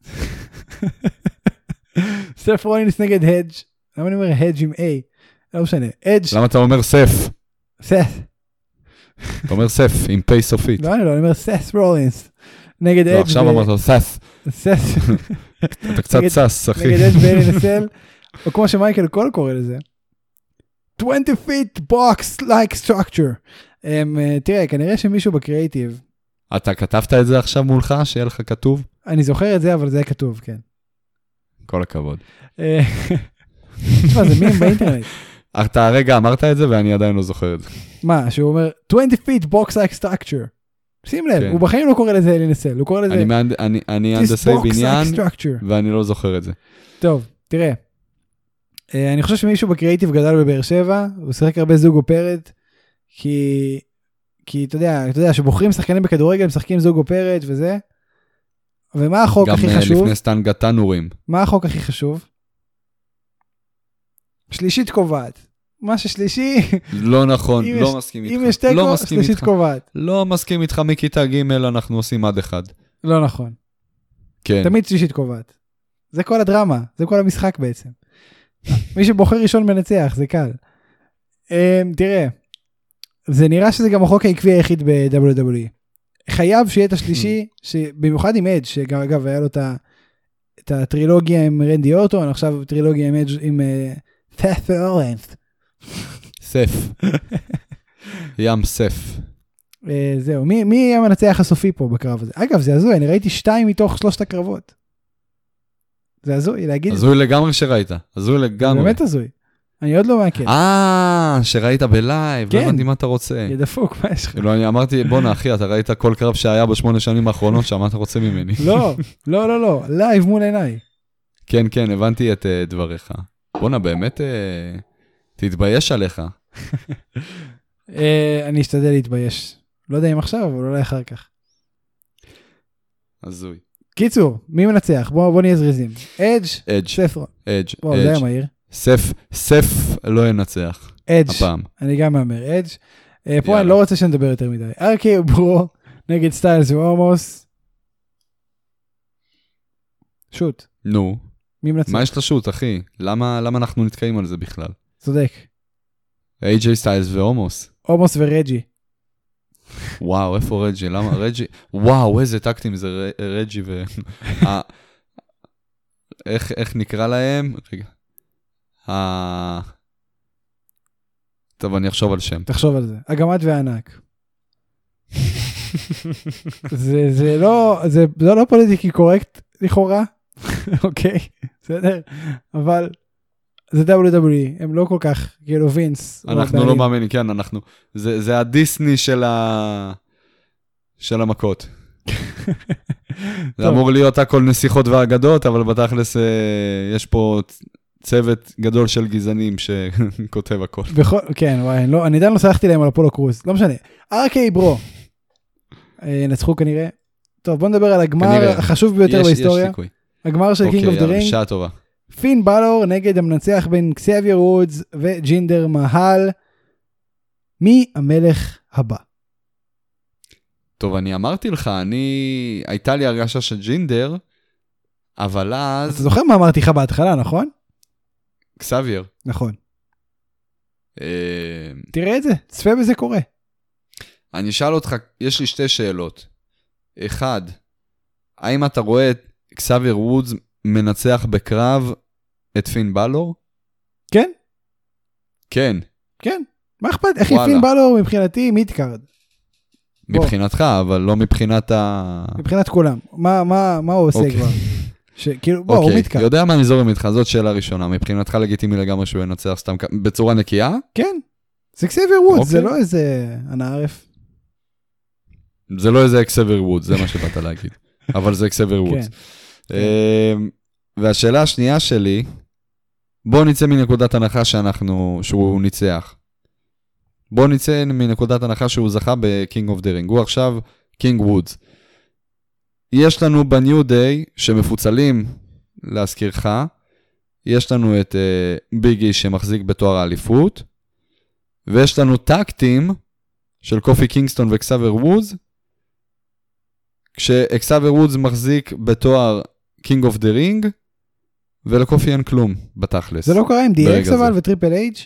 סף רולינס נגד הדג'. למה אני אומר הדג' עם A? לא משנה, אדג'. למה אתה אומר סף? סף. אתה אומר סף, עם פי סופית. לא, אני אומר סף רולינס. נגד אדג'. לא, עכשיו אמרת סף. סף. אתה קצת סס, אחי. נגד אדג' באלי נסל, או כמו שמייקל קול קורא לזה. 20 feet box-like structure. תראה, כנראה שמישהו בקריאיטיב. אתה כתבת את זה עכשיו מולך, שיהיה לך כתוב? אני זוכר את זה, אבל זה היה כתוב, כן. כל הכבוד. תשמע, זה מים באינטרנט. אתה הרגע אמרת את זה ואני עדיין לא זוכר את זה. מה, שהוא אומר 20 feet box-like structure. שים לב, הוא בחיים לא קורא לזה אלי נסל, הוא קורא לזה... אני הנדסי בניין ואני לא זוכר את זה. טוב, תראה. אני חושב שמישהו בקריאיטיב גדל בבאר שבע, הוא שיחק הרבה זוג אופרד, כי אתה יודע, שבוחרים שחקנים בכדורגל, משחקים זוג אופרד וזה. ומה החוק הכי חשוב? גם לפני סטנגת תנורים. מה החוק הכי חשוב? שלישית קובעת. מה ששלישי... לא נכון, לא מסכים איתך. אם יש תיקו, שלישית קובעת. לא מסכים איתך מכיתה ג' אנחנו עושים עד אחד. לא נכון. כן. תמיד שלישית קובעת. זה כל הדרמה, זה כל המשחק בעצם. מי שבוחר ראשון מנצח, זה קל. תראה, זה נראה שזה גם החוק העקבי היחיד ב-WWE. חייב שיהיה את השלישי, במיוחד עם אדג' שגם אגב היה לו את הטרילוגיה עם רנדי אורטון, עכשיו טרילוגיה עם אדג' עם סף רולינס. סף. ים סף. זהו, מי יהיה המנצח הסופי פה בקרב הזה? אגב, זה הזוי, אני ראיתי 2 מתוך 3 הקרבות. זה הזוי, להגיד... הזוי לגמרי שראית, הזוי לגמרי. זה באמת הזוי. אני עוד לא מעקל. שראית בלייב, לא הבנתי מה אתה רוצה. ידפוק, מה יש לך? אני אמרתי, בוא אחי, אתה ראית כל קרב שהיה ב8 שנים האחרונות, שמה אתה רוצה ממני? לא, לייב מול עיניי. כן, הבנתי את דבריך. בוא באמת, תתבייש עליך. אני אשתדל להתבייש. לא יודע אם עכשיו, אבל אולי אחר כך. הזוי. קיצור, מי מנצח? בוא נהיה זריזים. אדג' ספרו. אדג'. וואו, זה היה מהיר. סף לא ינצח. אדג'. הפעם. אני גם מאמר. אדג'. פה אני לא רוצה שנדבר יותר מדי. ארקי ברו נגד סטיילס ואומוס. שוט. נו. מי מנצח? מה יש לשוט, אחי? למה אנחנו נתקעים על זה בכלל? צודק. AJ סטיילס ואומוס. אומוס ורג'י. וואו, איפה רג'י? למה רג'י? וואו, איזה טקטים זה רג'י ו... איך נקרא להם? רגע. טוב, אני אחשוב על שם. תחשוב על זה. אגמת וענק. זה לא פוליטיקי קורקט, לכאורה. אוקיי, בסדר. אבל זה WWE, הם לא כל כך, כאילו וינס. אנחנו לא מאמינים, כן, זה הדיסני של המכות. זה אמור להיות הכל נסיכות ואגדות, אבל בתכלס יש פה צוות גדול של גזענים שכותב הכל. כן, וואי, אני עדיין לא סלחתי להם על אפולו קרוז, לא משנה. ארקיי ברו, נצחו כנראה. טוב, בוא נדבר על הגמר החשוב ביותר בהיסטוריה. יש סיכוי. הגמר של קינג אוף דה רינג. שעה טובה. פין בלור נגד המנצח בין קסאביה וודס וג'ינדר מהל. מי המלך הבא? טוב, אני אמרתי לך, הייתה לי הרגשה של ג'ינדר, אבל אז... אתה זוכר מה אמרתי לך בהתחלה, נכון? קסאביה. נכון. תראה את זה, צפה בזה קורה. אני אשאל אותך, יש לי שתי שאלות. אחד, האם אתה רואה את קסאביה וודס מנצח בקרב את פין בלור? כן. כן. כן. מה אכפת? איך היא פין בלור מבחינתי מידקארד? מבחינתך, אבל לא מבחינת מבחינת כולם. מה הוא עושה כבר? כאילו, בוא, הוא מידקארד. יודע מה אני זורם איתך, זאת שאלה ראשונה. מבחינתך לגיטימי לגמרי שהוא ינצח סתם בצורה נקייה? כן. זה קסאביה וודס, זה לא איזה הנערף. זה לא איזה קסאביה וודס, זה מה שבאת להגיד. אבל זה קסאביה וודס. והשאלה השנייה שלי, בוא נצא מנקודת הנחה שהוא ניצח. בוא נצא מנקודת הנחה שהוא זכה בקינג אוף דה רינג. הוא עכשיו קינג וודס. יש לנו בניו דיי שמפוצלים, להזכירך, יש לנו את ביגי שמחזיק בתואר האליפות, ויש לנו טאקטים של קופי קינגסטון וקסאביה וודס, כשקסאביה וודס מחזיק בתואר קינג אוף דה רינג, ולקופי אין כלום בתכלס. זה לא קרה עם DX אבל וטריפל אייג'?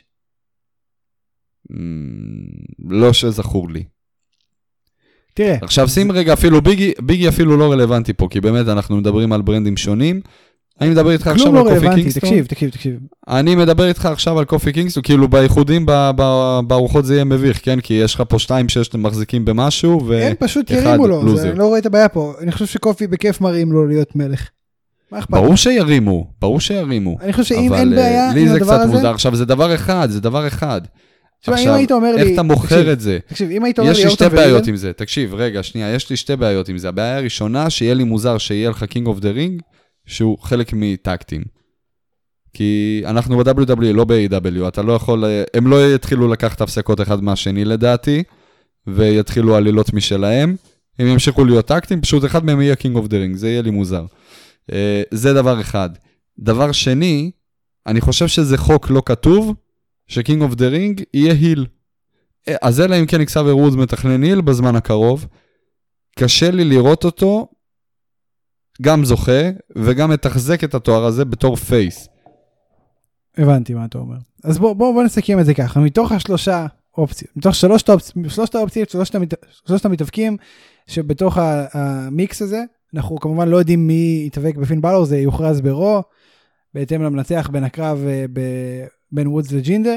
לא שזכור לי. תראה. עכשיו שים רגע, אפילו ביגי אפילו לא רלוונטי פה, כי באמת אנחנו מדברים על ברנדים שונים. אני מדבר איתך עכשיו על קופי קינגסטון. תקשיב. אני מדבר איתך עכשיו על קופי קינגסטון, כאילו באיחודים בארוחות זה יהיה מביך, כן? כי יש לך פה 2-6 שאתם מחזיקים במשהו, ואחד הם פשוט ירימו לו, אני לא רואה את הבעיה פה. אני חושב שקופי בכיף מראים לו להיות מלך. ברור שירימו. אני חושב שאם אין בעיה עם הדבר הזה... מוזר. עכשיו, זה דבר אחד. עכשיו, איך אתה מוכר את זה? תקשיב, אם היית אומר לי... יש לי שתי בעיות עם זה. תקשיב, רגע, שנייה, יש לי שתי בעיות עם זה. הבעיה הראשונה, שיהיה לי מוזר שיהיה לך קינג אוף דה רינג, שהוא חלק מטקטים. כי אנחנו ב-WWE, לא ב-AW, אתה לא יכול... הם לא יתחילו לקחת הפסקות אחד מהשני, לדעתי, ויתחילו עלילות משלהם. הם ימשיכו להיות טקטים, פשוט אחד מהם יהיה קינג אוף דה רינג, זה יהיה לי מוזר. זה דבר אחד. דבר שני, אני חושב שזה חוק לא כתוב, שקינג אוף דה רינג יהיה היל. אז אלא אם כן קסאביה וודס מתכנן היל בזמן הקרוב, קשה לי לראות אותו, גם זוכה, וגם מתחזק את התואר הזה בתור פייס. הבנתי מה אתה אומר. אז בוא נסכם את זה ככה. מתוך השלושה אופציות, מתוך שלושת האופציות, שלושת המתאבקים, שבתוך המיקס הזה, אנחנו כמובן לא יודעים מי יתאבק בפין בלור, זה יוכרז ברו, בהתאם למנצח בין הקרב בין וודס לג'ינדר,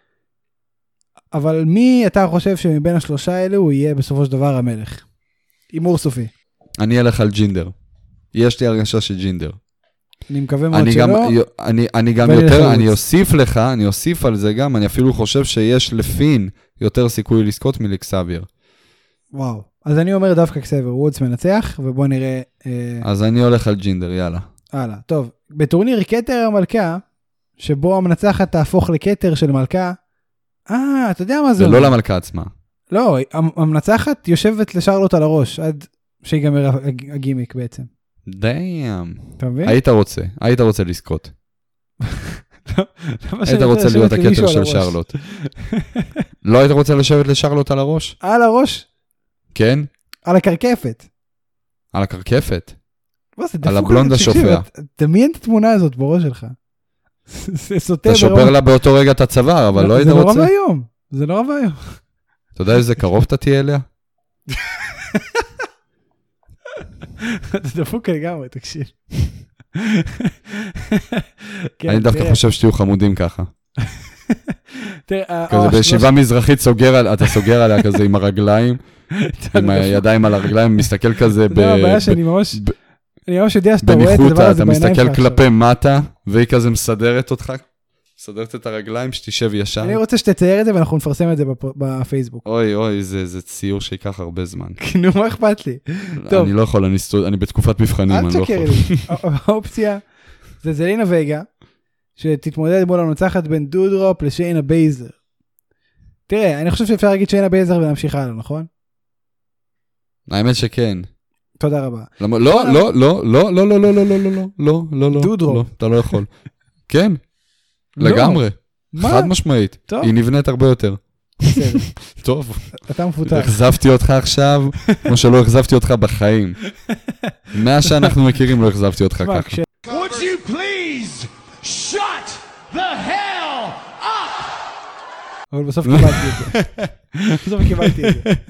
אבל מי אתה חושב שמבין השלושה האלה הוא יהיה בסופו של דבר המלך? הימור סופי. אני אלך על ג'ינדר. יש לי הרגשה של ג'ינדר. אני מקווה מאוד שלא. אני גם יותר, אני אוסיף על זה גם, אני אפילו חושב שיש לפין יותר סיכוי לזכות מלקסאביה. וואו. אז אני אומר דווקא קסאביה וודס מנצח, ובוא נראה... אז אני הולך על ג'ינדר, יאללה. הלאה, טוב. בטורניר כתר המלכה, שבו המנצחת תהפוך לכתר של מלכה, אתה יודע מה זה? ולא למלכה עצמה. לא, המנצחת יושבת לשרלוט על הראש, עד שיגמר הגימיק בעצם. דיים. אתה מבין? היית רוצה לזכות. היית רוצה להיות הכתר של שרלוט. לא היית רוצה לשבת לשרלוט על הראש? על הראש? כן. על הקרקפת. על הקרקפת. על הבלונד השופע. דמיין את התמונה הזאת בראש שלך. אתה שובר לה באותו רגע את הצוואר, אבל לא היית רוצה. זה נורא ואיום. אתה יודע איזה קרוב אתה תהיה אליה? אתה דפוק לגמרי, תקשיב. אני דווקא חושב שתהיו חמודים ככה. כזה בישיבה מזרחית אתה סוגר עליה כזה עם הרגליים, עם הידיים על הרגליים, מסתכל כזה הבעיה שאני ממש יודע שאתה רואה את הדבר הזה בעיניים. אתה מסתכל כלפי מטה, והיא כזה מסדרת אותך, סדרת את הרגליים, שתשב ישר. אני רוצה שתצייר את זה, ואנחנו נפרסם את זה בפייסבוק. אוי, זה ציור שיקח הרבה זמן. נו, מה אכפת לי? אני לא יכול, אני בתקופת מבחנים, אני לא יכול. אל תשקר לי. האופציה, זה זלינה וגה, שתתמודד מול הנוצחת בין דודרופ לשיינה בייזר. תראה, אני חושב שאפשר להגיד שיינה בייזר ולהמשיך הלאה, נכון? האמת שכן. תודה רבה. לא, דודרופ. אתה לא יכול. כן, לגמרי. חד משמעית. היא נבנית הרבה יותר. טוב. אתה מפותח. החזבתי אותך עכשיו, כמו שלא החזבתי אותך בחיים. מה שאנחנו מכירים לא החזבתי אותך ככה. Would you please shut the hell up? אבל בסוף קיבלתי את זה.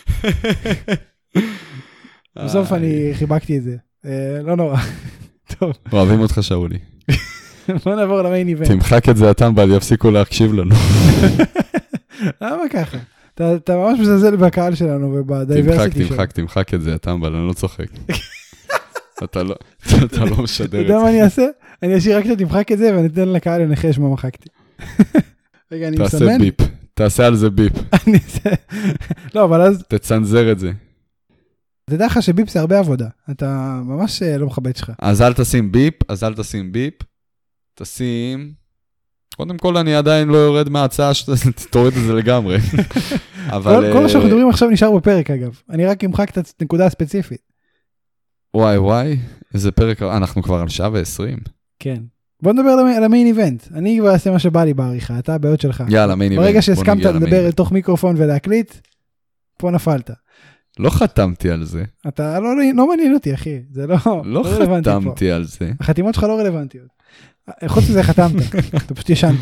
בסוף אני חיבקתי את זה. לא נורא. טוב. אוהבים אותך שאולי. בוא נעבור למיין איבנט. תמחק את זה הטמבל, יפסיקו להקשיב לנו. למה ככה? אתה ממש מזלזל בקהל שלנו ובדייברסיטי שלנו. תמחק את זה הטמבל, אני לא צוחק. אתה לא משדר את זה. אתה יודע מה אני אעשה? אני אשאיר רק תמחק את זה ואני אתן לקהל לנחש מה מחקתי. רגע, אני מסמן. תעשה ביפ. תעשה על זה ביפ. לא, אבל אז... תצנזר את זה. תדע לך שביפ זה הרבה עבודה. אתה ממש לא מכבד שלך. אז אל תשים ביפ. תשים... קודם כל אני עדיין לא יורד מההצעה שתוריד את זה לגמרי. כל מה שאנחנו מדברים עכשיו נשאר בפרק אגב. אני רק אמחק את הנקודה הספציפית. וואי, איזה פרק, אנחנו כבר על שעה ו-20. כן. בוא נדבר על המיין איבנט. אני כבר אעשה מה שבא לי בעריכה, אתה הבעיות שלך. יאללה, מיין איבנט. ברגע שהסכמת לדבר לתוך מיקרופון ולהקליט, פה נפלת. לא חתמתי על זה. אתה לא מעניין אותי, אחי. זה לא רלוונטי פה. לא חתמתי על זה. החתימות שלך לא רלוונטיות. חוץ מזה חתמת, אתה פשוט ישנת.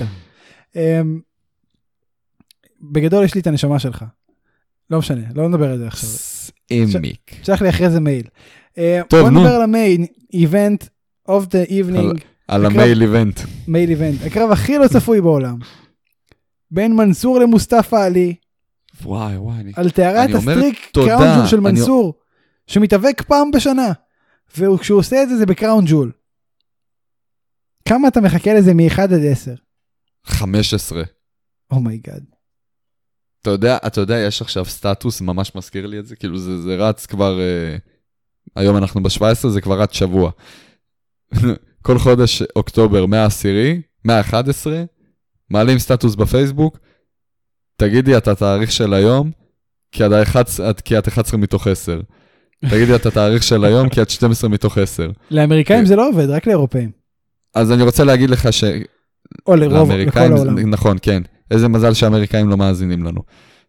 בגדול יש לי את הנשמה שלך. לא משנה, לא נדבר על זה עכשיו. סעמיק. שלח לי אחרי זה מייל. בוא נדבר על המיין איבנט of the evening. על המייל איבנט. מייל איבנט. הקרב הכי לא צפוי בעולם. בין מנסור למוסטפא עלי. וואי. על תארת הסטריק קראון ג'ול של מנסור. שמתאבק פעם בשנה. וכשהוא עושה את זה, זה בקראון ג'ול. כמה אתה מחכה לזה מ-1 עד 10? 15. אומייגאד. אתה יודע, יש עכשיו סטטוס, ממש מזכיר לי את זה, כאילו זה רץ כבר, היום אנחנו ב-17, זה כבר רץ שבוע. כל חודש אוקטובר, 111, מעלים סטטוס בפייסבוק, תגידי את התאריך של היום, כי את 11 מתוך 10. תגידי את התאריך של היום, כי את 12 מתוך 10. לאמריקאים זה לא עובד, רק לאירופאים. אז אני רוצה להגיד לך ש... או לרוב, לכל העולם. נכון, כן. איזה מזל שהאמריקאים לא מאזינים לנו.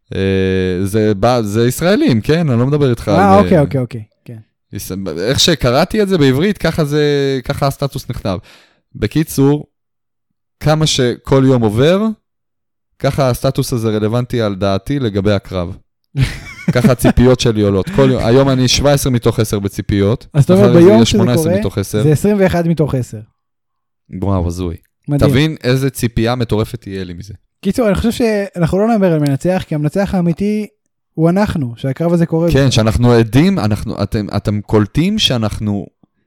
זה ישראלים, כן? אני לא מדבר איתך. אוקיי, כן. איך שקראתי את זה בעברית, ככה הסטטוס נכתב. בקיצור, כמה שכל יום עובר, ככה הסטטוס הזה רלוונטי על דעתי לגבי הקרב. ככה הציפיות שלי עולות. היום אני 17 מתוך 10 בציפיות. אז אתה אומר ביום שזה קורה, זה 21 מתוך 10. וואו, הזוי. תבין איזה ציפייה מטורפת תהיה לי מזה. קיצור, אני חושב שאנחנו לא נאמר על מנצח, כי המנצח האמיתי הוא אנחנו, שהקרב הזה קורה. כן, שאנחנו עדים, אתם קולטים שאנחנו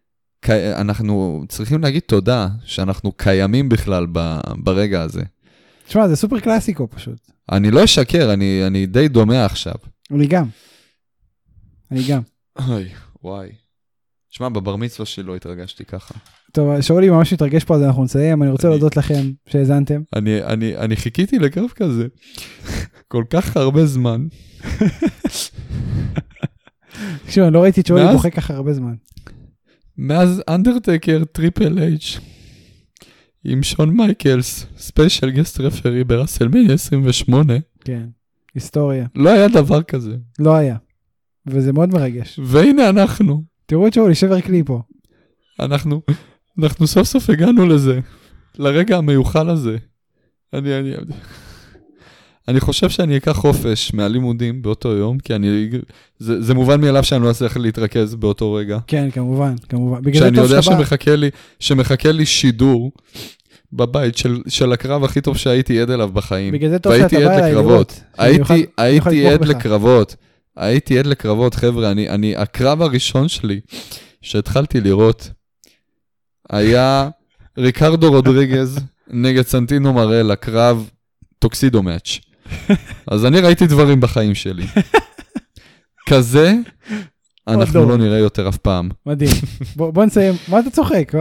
צריכים להגיד תודה, שאנחנו קיימים בכלל ברגע הזה. תשמע, זה סופר קלאסיקו פשוט. אני לא אשקר, אני די דומה עכשיו. אני גם. אוי, וואי. תשמע, בבר מצווה שלו התרגשתי ככה. טוב, שאולי ממש מתרגש פה, אז אנחנו נסיים. אני רוצה להודות לכם שהזנתם. אני חיכיתי לקרב כזה. כל כך הרבה זמן. תקשיב, אני לא ראיתי את שאולי בוכה ככה הרבה זמן. מאז אנדרטקר טריפל אייץ' עם שון מייקלס, ספיישל גסט רפרי ברסלמניה 28. כן, היסטוריה. לא היה דבר כזה. לא היה. וזה מאוד מרגש. והנה אנחנו. תראו את שאולי, שבר כלי פה. אנחנו סוף סוף הגענו לזה, לרגע המיוחל הזה. אני חושב שאני אקח חופש מהלימודים באותו יום, כי זה מובן מאליו שאני לא אצליח להתרכז באותו רגע. כן, כמובן. כשאני יודע שמחכה לי שידור בבית של הקרב הכי טוב שהייתי עד אליו בחיים. בגלל זה טוב שאתה בא אליי לראות. הייתי עד לקרבות, חבר'ה, הקרב הראשון שלי שהתחלתי לראות, היה ריקרדו רודריגז נגד סנטינו מרלה, קרב טוקסידו מאץ'. אז אני ראיתי דברים בחיים שלי. כזה, אנחנו לא נראה יותר אף פעם. מדהים. בוא נסיים. מה אתה צוחק?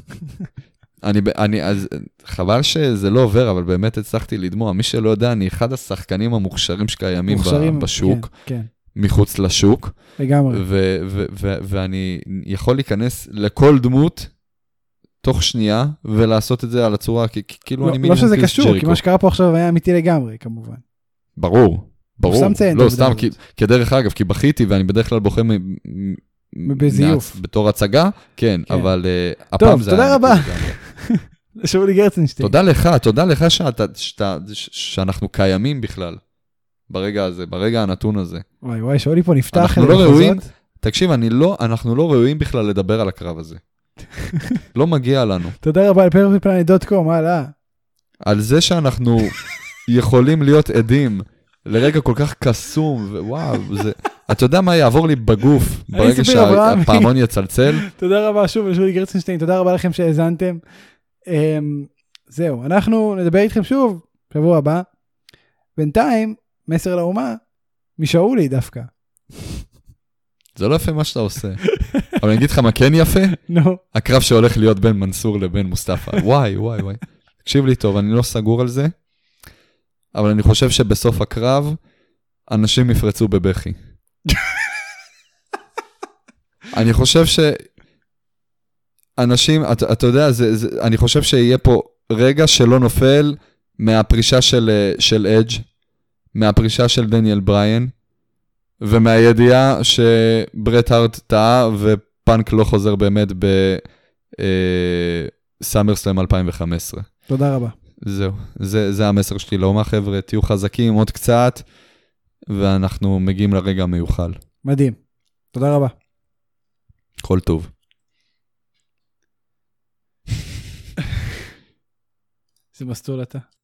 אז חבל שזה לא עובר, אבל באמת הצלחתי לדמוע. מי שלא יודע, אני אחד השחקנים המוכשרים שקיימים בשוק, מחוץ לשוק. לגמרי. ואני יכול להיכנס לכל דמות תוך שנייה, ולעשות את זה על הצורה, כאילו אני מיני לא שזה קשור, כי מה שקרה פה עכשיו היה אמיתי לגמרי, כמובן. ברור. לא, סתם, כדרך אגב, כי בכיתי, ואני בדרך כלל בוכה בזיוף. בתור הצגה, כן, אבל הפעם זה... טוב, תודה רבה. שאולי גרצנשטיין. תודה לך שאנחנו קיימים בכלל, ברגע הזה, ברגע הנתון הזה. וואי, שאולי פה נפתח. אנחנו לא ראויים, תקשיב, אנחנו לא ראויים בכלל לדבר על הקרב הזה. לא מגיע לנו. תודה רבה על perfectplanet.com, הלאה. על זה שאנחנו יכולים להיות עדים לרגע כל כך קסום, ווואו, זה... אתה יודע מה יעבור לי בגוף ברגע שהפעמון יצלצל? תודה רבה שוב לשאולי גרצנשטיין, תודה רבה לכם שהאזנתם. זהו, אנחנו נדבר איתכם שוב שבוע הבא. בינתיים, מסר לאומה, משאולי דווקא. זה לא יפה מה שאתה עושה. אבל אני אגיד לך מה כן יפה? נו. הקרב שהולך להיות בין מנסור לבין מוסטפא. וואי. תקשיב לי טוב, אני לא סגור על זה, אבל אני חושב שבסוף הקרב, אנשים יפרצו בבכי. אני חושב שאנשים, אתה יודע, אני חושב שיהיה פה רגע שלא נופל מהפרישה של אדג', מהפרישה של דניאל בריין, ומהידיעה שברט הארט טעה, ופאנק לא חוזר באמת בסאמרסלאם 2015. תודה רבה. זהו, זה המסר שלי לאומה, חבר'ה, תהיו חזקים עוד קצת, ואנחנו מגיעים לרגע המיוחל. מדהים. תודה רבה. כל טוב. זה מסטול אתה.